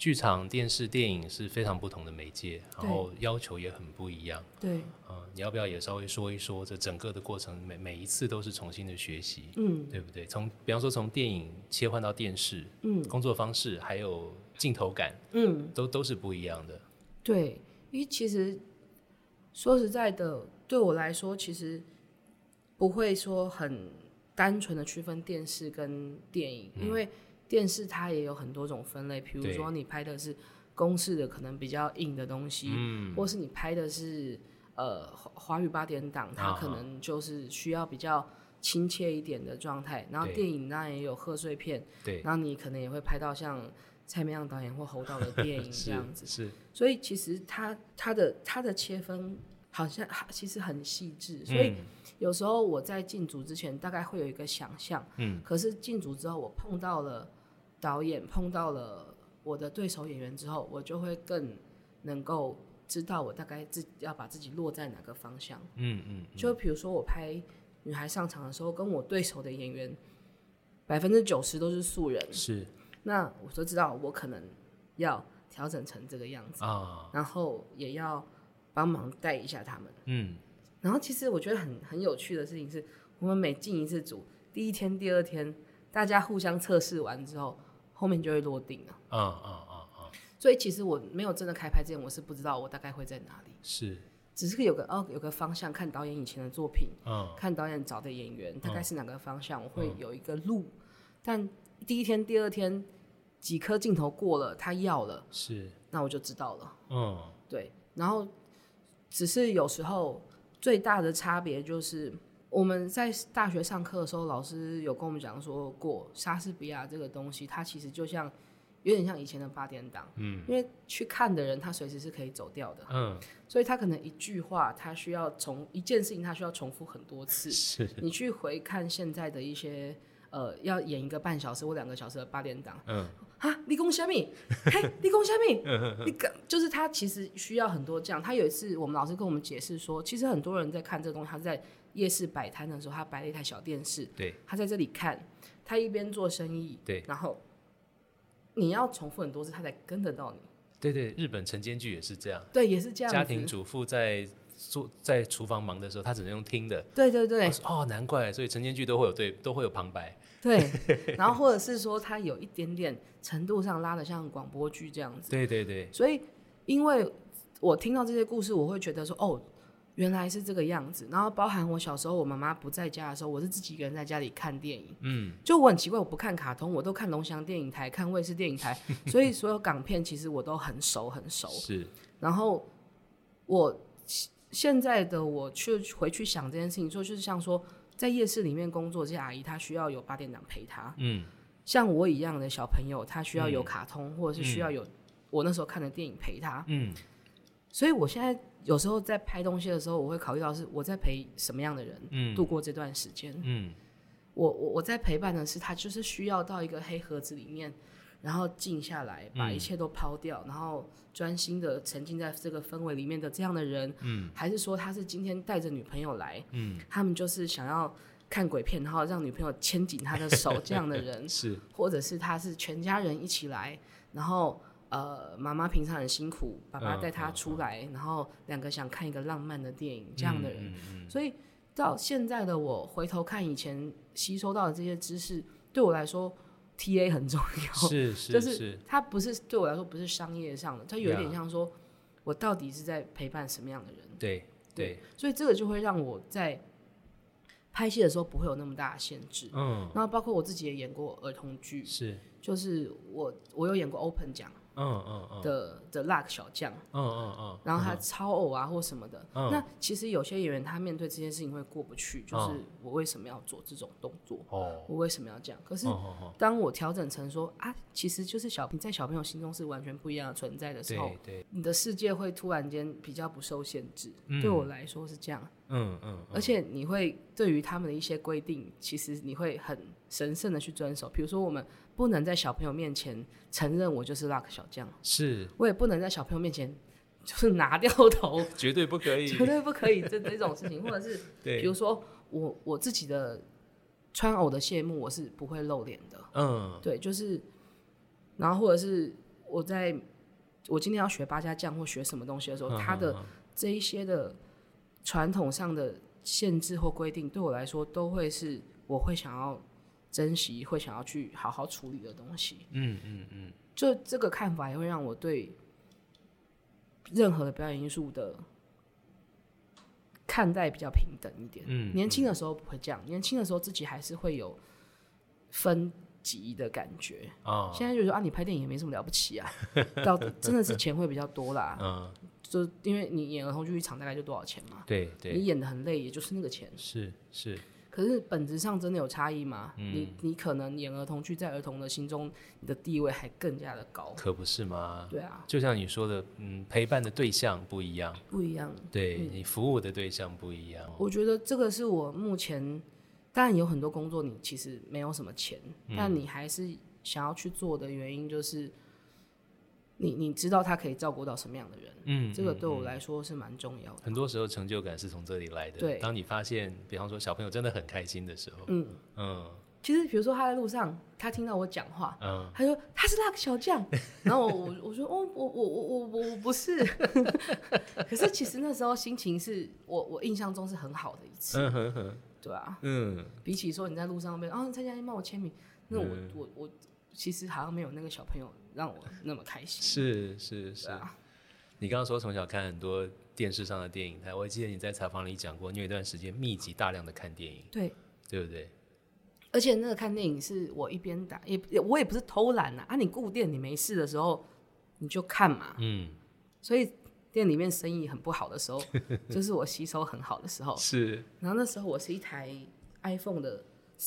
剧场、电视、电影是非常不同的媒介，然后要求也很不一样。 对， 你要不要也稍微说一说这整个的过程？每一次都是重新的学习，对不对？比方说从电影切换到电视，工作方式还有镜头感，都是不一样的。 对，因为其实说实在的，对我来说，其实不会说很单纯的区分电视跟电影，因为电视它也有很多种分类，比如说你拍的是公式的可能比较硬的东西，或是你拍的是华语8点档，它可能就是需要比较亲切一点的状态。然后电影当然也有贺岁片，然后你可能也会拍到像蔡明亮导演或侯导的电影这样子。 是， 所以其实它的切分好像其实很细致，所以有时候我在进组之前大概会有一个想象，可是进组之后我碰到了导演，碰到了我的对手演员之后，我就会更能够知道我大概要把自己落在哪个方向。就比如说我拍女孩上场的时候，跟我对手的演员90%都是素人， 是， 那我就知道我可能要调整成这个样子，然后也要帮忙带一下他们。然后其实我觉得很有趣的事情是，我们每进一次组，第一天、第二天，大家互相测试完之后，后面就会落定了。所以其实我没有真的开拍之前，我是不知道我大概会在哪里。 是， 只是有个方向，看导演以前的作品，看导演找的演员大概是哪个方向，我会有一个路。但第一天、第二天几颗镜头过了，他要了， 是， 那我就知道了。对。然后只是有时候最大的差别就是，我们在大学上课的时候，老师有跟我们讲说过，莎士比亚这个东西，它其实就像有点像以前的8点档，因为去看的人他随时是可以走掉的，所以他可能一句话，他需要一件事情，他需要重复很多次。 是， 你去回看现在的一些要演1个半小时或2个小时的8点档，你讲什么？嘿，你讲什么？就是他其实需要很多这样。他有一次我们老师跟我们解释说，其实很多人在看这个东西，他在夜市摆摊的时候，他摆了一台小电视， 对， 他在这里看，他一边做生意， 对， 然后你要重复很多次，他才跟得到你。 对，日本晨间剧也是这样， 对，也是这样子。 家庭主妇在厨房忙的时候，他只能用听的。 对， 难怪，所以晨间剧都会有旁白。 对，然后或者是说他有一点点程度上拉得像广播剧这样子。 对。 所以因为我听到这些故事，我会觉得说原来是这个样子。然后包含我小时候我妈妈不在家的时候，我是自己一个人在家里看电影。就我很奇怪，我不看卡通，我都看龙翔电影台，看卫视电影台，所以所有港片其实我都很熟。 是。 然后我现在的我回去想这件事情，就是像说在夜市里面工作这些阿姨，她需要有8点档陪她。像我一样的小朋友，他需要有卡通，或者是需要有我那时候看的电影陪他。所以我现在有时候在拍东西的时候，我会考虑到是我在陪什么样的人度过这段时间。我在陪伴的是他，就是需要到一个黑盒子里面，然后静下来，把一切都抛掉，然后专心的沉浸在这个氛围里面的这样的人。还是说他是今天带着女朋友来，他们就是想要看鬼片，然后让女朋友牵紧他的手这样的人。 是， 或者是他是全家人一起来，然后妈妈平常很辛苦，爸爸带她出来，然后2个想看一个浪漫的电影这样的人。所以到现在的我回头看以前吸收到的这些知识，对我来说 TA 很重要。就是它不是对我来说不是商业上的，它有点像说我到底是在陪伴什么样的人。对，所以这个就会让我在拍戏的时候不会有那么大的限制。然后包括我自己也演过儿童剧， 是， 就是我有演过 Open 奖的 Luck 小将，然后他超偶啊或什么的。那其实有些演员他面对这件事情会过不去，就是我为什么要做这种动作？我为什么要这样？可是当我调整成说其实就是你在小朋友心中是完全不一样的存在的时候，你的世界会突然间比较不受限制。对我来说是这样。而且你会对于他们的一些规定，其实你会很神圣的去遵守。比如说我们不能在小朋友面前承认我就是 Luck 小将， 是， 我也不能在小朋友面前就是拿掉头， 绝对不可以， 绝对不可以这种事情。或者是比如说我自己的穿偶的谢幕，我是不会露脸的。对，就是，然后或者是我今天要学八家将或学什么东西的时候，它的这一些的传统上的限制或规定，对我来说都会是我会想要珍惜，会想要去好好处理的东西。就这个看法也会让我对任何的表演艺术的看待比较平等一点。年轻的时候不会这样，年轻的时候自己还是会有分级的感觉。现在就说你拍电影也没什么了不起啊，真的是钱会比较多啦。就因为你演儿童剧一场大概就多少钱嘛， 对， 你演的很累，也就是那个钱。 是。 可是本质上真的有差异吗？你可能演儿童剧，在儿童的心中，你的地位还更加的高， 可不是吗？ 对啊， 就像你说的，陪伴的对象不一样，对，你服务的对象不一样。 我觉得这个是我目前，当然有很多工作你其实没有什么钱，但你还是想要去做的原因就是，你知道他可以照顾到什么样的人，这个对我来说是蛮重要的。 很多时候成就感是从这里来的。 对， 当你发现，比方说小朋友真的很开心的时候， 其实比如说他在路上，他听到我讲话，他说他是那个小将，然后我说我不是，可是其实那时候心情是我印象中是很好的一次，对啊，比起说你在路上被蔡佳音帮我签名，那我其实好像没有那个小朋友让我那么开心。 是， 啊， 你刚刚说从小看很多电视上的电影台，我记得你在采访里讲过，你有一段时间密集大量的看电影，对不对？ 而且那个看电影是我一边打，我也不是偷懒啊，你顾店你没事的时候你就看嘛，所以店里面生意很不好的时候，就是我吸收很好的时候。 是， 然后那时候我是一台 iPhone 的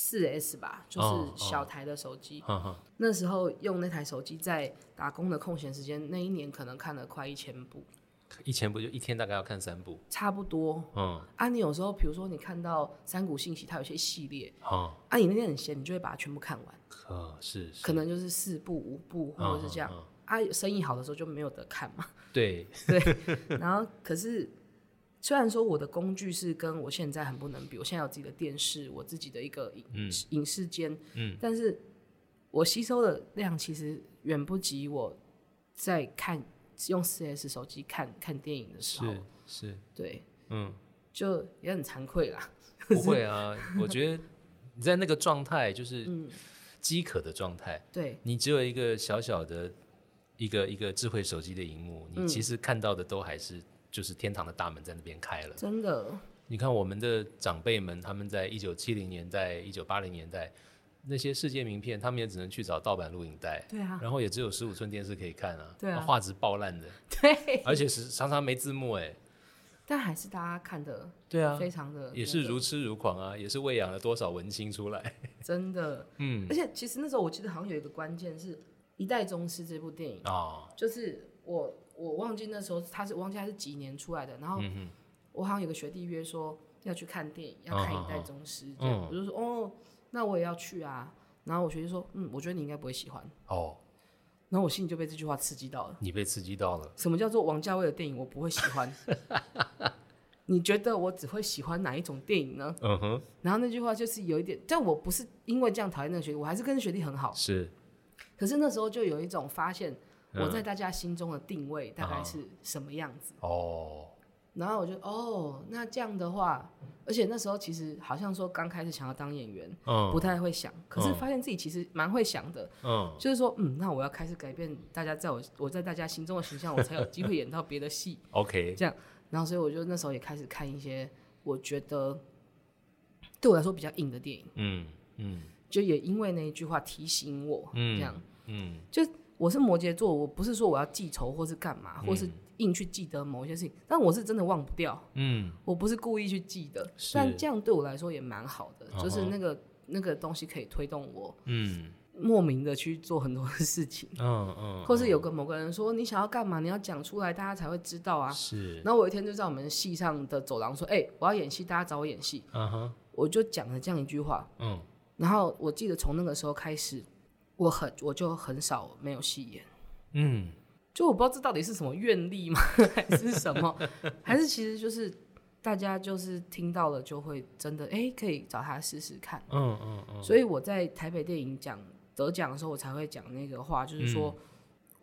4S 吧，就是小台的手机。那时候用那台手机在打工的空闲时间，那一年可能看了快1000部。 1000部就一天大概要看3部， 差不多。你有时候比如说你看到山谷信息，它有些系列，你那天很闲，你就会把它全部看完。是，可能就是4部5部或者是这样。生意好的时候就没有得看嘛。对。然后可是虽然说我的工具是跟我现在很不能比，我现在有自己的电视，我自己的一个影视间，但是我吸收的量其实远不及我在用4S 手机看电影的时候。是，对，就也很惭愧啦。 不会啊，我觉得你在那个状态就是饥渴的状态，对，你只有一个小小的一个智慧手机的萤幕，你其实看到的都还是就是天堂的大门在那边开了，真的。你看我们的长辈们，他们在1970年代、1980年代。那些世界名片，他们也只能去找盗版录影带，对啊，然后也只有15寸电视可以看啊，对啊，画质爆烂的，对，而且常常没字幕但还是大家看的， 对啊， 非常的也是如痴如狂啊，也是喂养了多少文青出来，真的， 而且其实那时候我记得好像有一个关键是《一代宗师》这部电影就是我忘记那时候我忘记他是几年出来的，然后我好像有个学弟约说要去看电影，要看《一代宗师》，我就说那我也要去啊，然后我学弟说我觉得你应该不会喜欢然后我心里就被这句话刺激到了。 你被刺激到了？ 什么叫做王家卫的电影我不会喜欢？你觉得我只会喜欢哪一种电影呢？然后那句话就是有一点，但我不是因为这样讨厌那个学弟，我还是跟学弟很好。是，可是那时候就有一种发现我在大家心中的定位大概是什么样子。然后我就那这样的话，而且那时候其实好像说刚开始想要当演员，不太会想，可是发现自己其实蛮会想的，就是说那我要开始改变大家在我在大家心中的形象，我才有机会演到别的戏。OK， 这样，然后所以我就那时候也开始看一些我觉得对我来说比较硬的电影，就也因为那一句话提醒我，这样，就我是摩羯座，我不是说我要记仇或是干嘛，或是硬去记得某一些事情，但我是真的忘不掉，我不是故意去记的，但这样对我来说也蛮好的，就是那个东西可以推动我，莫名的去做很多的事情，或是有某个人说你想要干嘛，你要讲出来，大家才会知道啊。是，然后我有一天就在我们戏上的走廊说，我要演戏，大家找我演戏，我就讲了这样一句话，然后我记得从那个时候开始，我就很少没有戏演，就我不知道这到底是什么愿力吗，还是什么，还是其实就是大家就是听到了就会真的可以找他试试看。所以我在台北电影奖得奖的时候，我才会讲那个话，就是说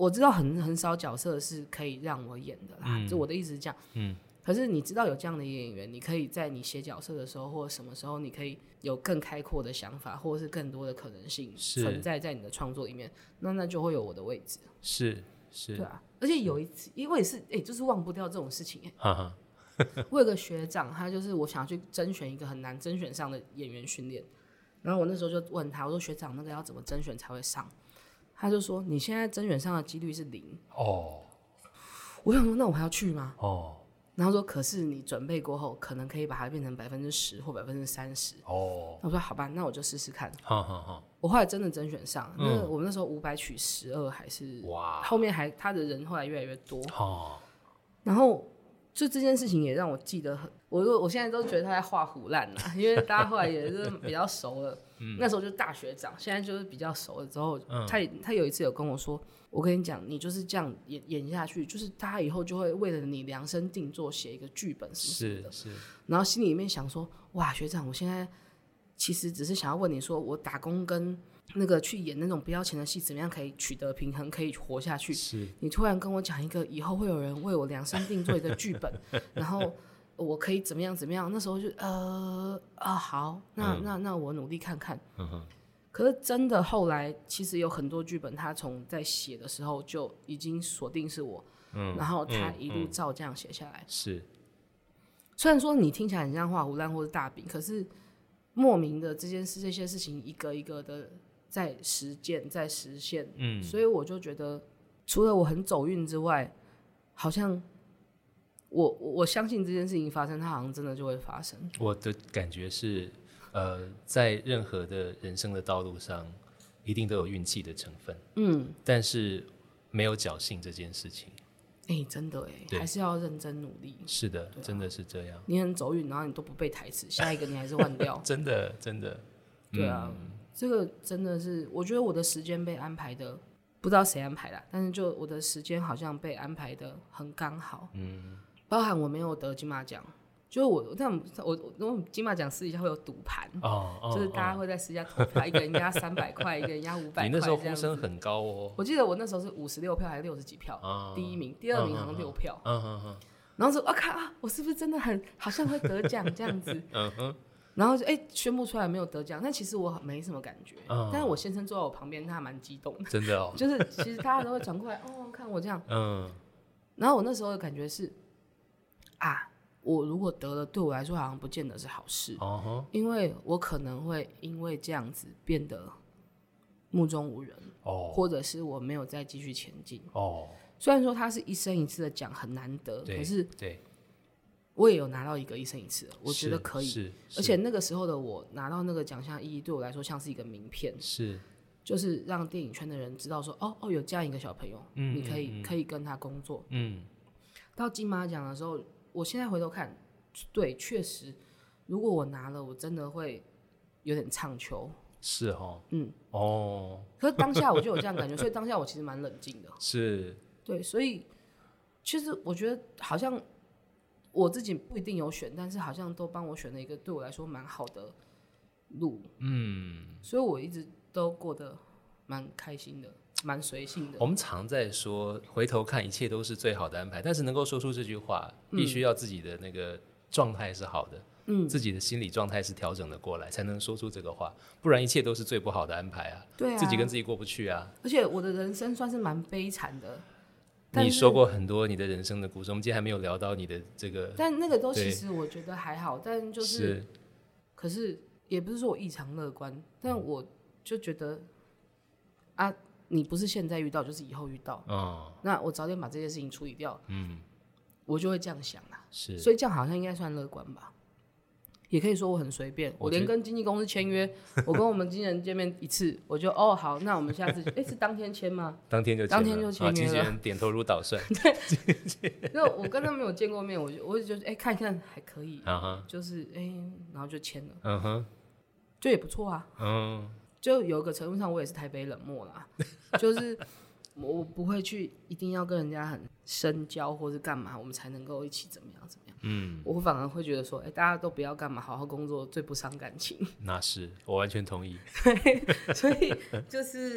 我知道很少角色是可以让我演的啦，就我的意思是这样。可是你知道有这样的演员，你可以在你写角色的时候，或者什么时候，你可以有更开阔的想法，或者是更多的可能性存在在你的创作里面，那就会有我的位置。 是， 对啊。而且有一次，因为是就是忘不掉这种事情我有个学长，他就是我想要去甄选一个很难甄选上的演员训练，然后我那时候就问他，我说学长，那个要怎么甄选才会上？他就说你现在甄选上的几率是0。我想说那我还要去吗？然后说可是你准备过后，可能可以把它变成10%或30%。我说好吧，那我就试试看。我后来真的甄选上，那我们那时候500取12还是哇，后面还他的人后来越来越多。然后就这件事情也让我记得很，我现在都觉得他在画虎烂啦，因为大家后来也是比较熟了。那时候就是大学长，现在就是比较熟了之后，他有一次有跟我说，我跟你讲，你就是这样演下去，就是他以后就会为了你量身定做写一个剧本什么的。是。然后心里面想说，哇，学长，我现在其实只是想要问你说，我打工跟那个去演那种不要钱的戏，怎么样可以取得平衡，可以活下去？是。你突然跟我讲一个以后会有人为我量身定做一个剧本，然后我可以怎么样怎么样？那时候就好，那我努力看看。可是真的后来，其实有很多剧本，他从在写的时候就已经锁定是我，然后他一路照这样写下来。是。虽然说你听起来很像画虎烂或是大饼，可是莫名的这些事情一个一个的在实践，在实现。所以我就觉得，除了我很走运之外，好像我相信这件事情发生，它好像真的就会发生。 我的感觉是，在任何的人生的道路上，一定都有运气的成分。但是没有侥幸这件事情。 真的还是要认真努力。 是的，真的是这样。 你很走运，然后你都不背台词，下一个你还是换掉。 真的。 对啊，这个真的是，我觉得我的时间被安排的，不知道谁安排的，但是就我的时间好像被安排的很刚好。包含我没有得金马奖，就是我金马奖私底下会有赌盘，就是大家会在私下投票，一个人压300块，一个人压500块。 你那时候呼声很高哦。 我记得我那时候是56票还是60几票，第一名，第二名好像6票。然后说我是不是真的好像会得奖这样子？然后就宣布出来没有得奖，但其实我没什么感觉。但是我先生坐在我旁边，他还蛮激动的。 真的哦。 就是其实大家都会转过来，看我这样。然后我那时候的感觉是，我如果得了，对我来说好像不见得是好事。因为我可能会因为这样子变得目中无人，或者是我没有再继续前进。虽然说它是一生一次的奖，很难得，可是我也有拿到一个一生一次的，我觉得可以。而且那个时候的我拿到那个奖项意义，对我来说像是一个名片，就是让电影圈的人知道说，有这样一个小朋友，你可以跟他工作。到金马奖的时候，我现在回头看，对，确实，如果我拿了，我真的会有点唱秋。 是哦。 可是当下我就有这样感觉，所以当下我其实蛮冷静的。 是。 对，所以其实我觉得好像我自己不一定有选，但是好像都帮我选了一个对我来说蛮好的路。所以我一直都过得蛮开心的，蛮随性的。 我们常在说回头看一切都是最好的安排，但是能够说出这句话，必须要自己的那个状态是好的，自己的心理状态是调整的过来，才能说出这个话，不然一切都是最不好的安排啊。对啊，自己跟自己过不去啊。 而且我的人生算是蛮悲惨的。 你说过很多你的人生的故事，我们今天还没有聊到你的这个， 但那个都其实我觉得还好，但就是可是也不是说我异常乐观，但我就觉得你不是现在遇到就是以后遇到，那我早点把这些事情处理掉，我就会这样想啦。所以这样好像应该算乐观吧。也可以说我很随便，我连跟经纪公司签约，我跟我们经纪人见面一次，我就好，那我们下次是当天签吗？ 当天就签了，经纪人点头如捣蒜。 对，因为我跟他没有见过面，我就觉得看一看还可以，就是然后就签了，就也不错啊。就有一个程度上，我也是台北冷漠啦，就是我不会去一定要跟人家很深交或是干嘛，我们才能够一起怎么样怎么样。我反而会觉得说，大家都不要干嘛，好好工作最不伤感情。 那是我完全同意。 对，所以就是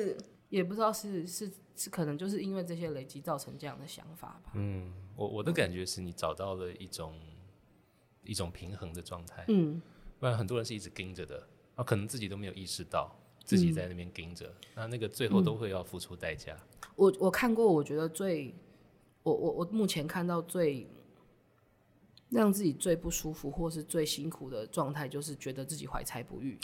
也不知道是可能就是因为这些累积造成这样的想法吧。 我的感觉是你找到了一种平衡的状态，不然很多人是一直盯着的，可能自己都没有意识到自己在那边盯着，那个最后都会要付出代价。 我看过，我觉得我目前看到最让自己最不舒服或是最辛苦的状态，就是觉得自己怀才不遇。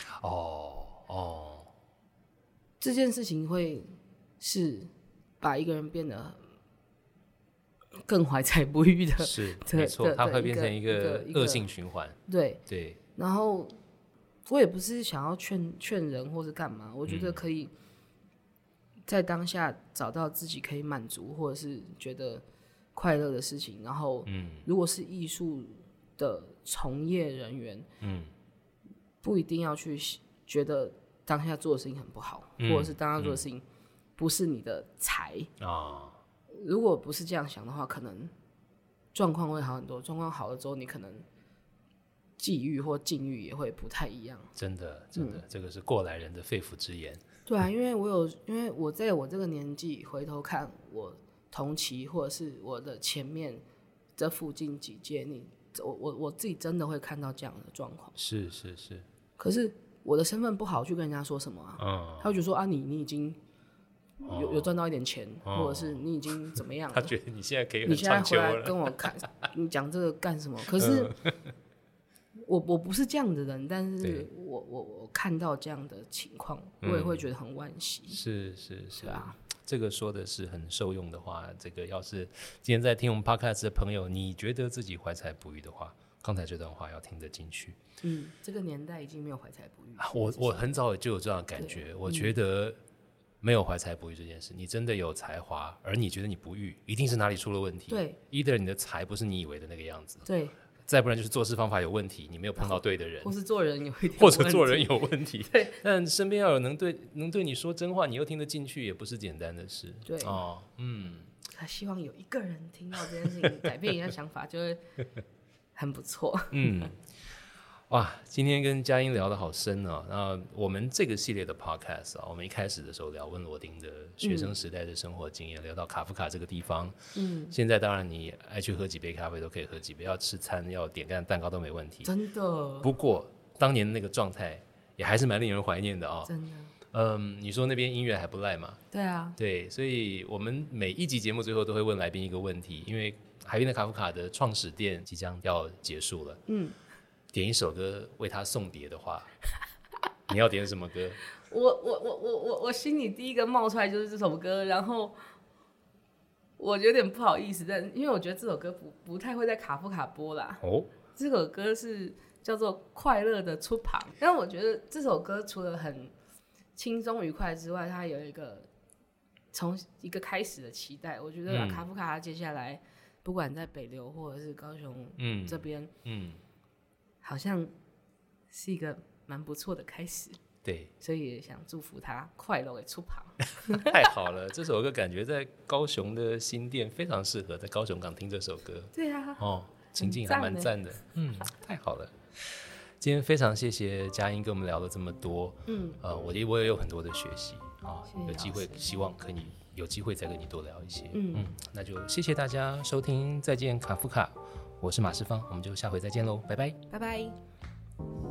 这件事情会是把一个人变得更怀才不遇的， 是没错，它会变成一个恶性循环。对， 然后我也不是想要劝人或是干嘛，我觉得可以在当下找到自己可以满足或者是觉得快乐的事情，然后如果是艺术的从业人员，不一定要去觉得当下做的事情很不好，或者是当下做的事情不是你的才如果不是这样想的话，可能状况会好很多。状况好了之后，你可能际遇或境遇也会不太一样。 真的，这个是过来人的肺腑之言。 对啊，因为我在我这个年纪回头看我同期或者是我的前面这附近几届，我自己真的会看到这样的状况。 是。 可是我的身份不好去跟人家说什么他会觉得说你已经有赚到一点钱，或者是你已经怎么样了， 他觉得你现在可以你现在回来跟我看你讲这个干什么？可是我不是这样的人，但是我看到这样的情况，我也会觉得很惋惜。 是啊，这个说的是很受用的话。这个要是今天在听我们 podcast 的朋友，你觉得自己怀才不遇的话，刚才这段话要听得进去。 这个年代已经没有怀才不遇我很早就有这样的感觉。我觉得没有怀才不遇这件事，你真的有才华，而你觉得你不遇，一定是哪里出了问题。 对 ，either 你的才不是你以为的那个样子， 对， 再不然就是做事方法有问题，你没有碰到对的人， 或是做人有一点问题， 或者做人有问题。 对， 但身边要有能对你说真话，你又听得进去，也不是简单的事。 对他希望有一个人听到这件事情，改变一下想法，就会很不错。 哇，今天跟佳音聊得好深哦。那我们这个系列的 podcast 我们一开始的时候聊温罗丁的学生时代的生活经验，聊到卡夫卡这个地方。现在当然你爱去喝几杯咖啡都可以喝几杯，要吃餐要点个蛋糕都没问题。 真的。 不过当年那个状态也还是蛮令人怀念的真的。你说那边音乐还不赖嘛？ 对啊。 对，所以我们每一集节目最后都会问来宾一个问题，因为海边的卡夫卡的创始店即将要结束了。点一首歌为他送别的话，你要点什么歌？ 我心里第一个冒出来就是这首歌，然后我有点不好意思，但因为我觉得这首歌不太会在卡夫卡播啦。这首歌是叫做《快乐的出旁》，但我觉得这首歌除了很轻松愉快之外，它有一个从一个开始的期待。我觉得卡夫卡接下来不管在北流或者是高雄这边，好像是一个蛮不错的开始。 对， 所以也想祝福他快乐的出旁。 太好了，这首歌感觉在高雄的新店非常适合，在高雄港听这首歌。 对啊， 情境还蛮赞的。太好了。今天非常谢谢佳音跟我们聊了这么多。我也有很多的学习有机会希望可以有机会再跟你多聊一些。那就谢谢大家收听，再见卡夫卡，我是马世芳，我们就下回再见喽，拜拜， 拜拜。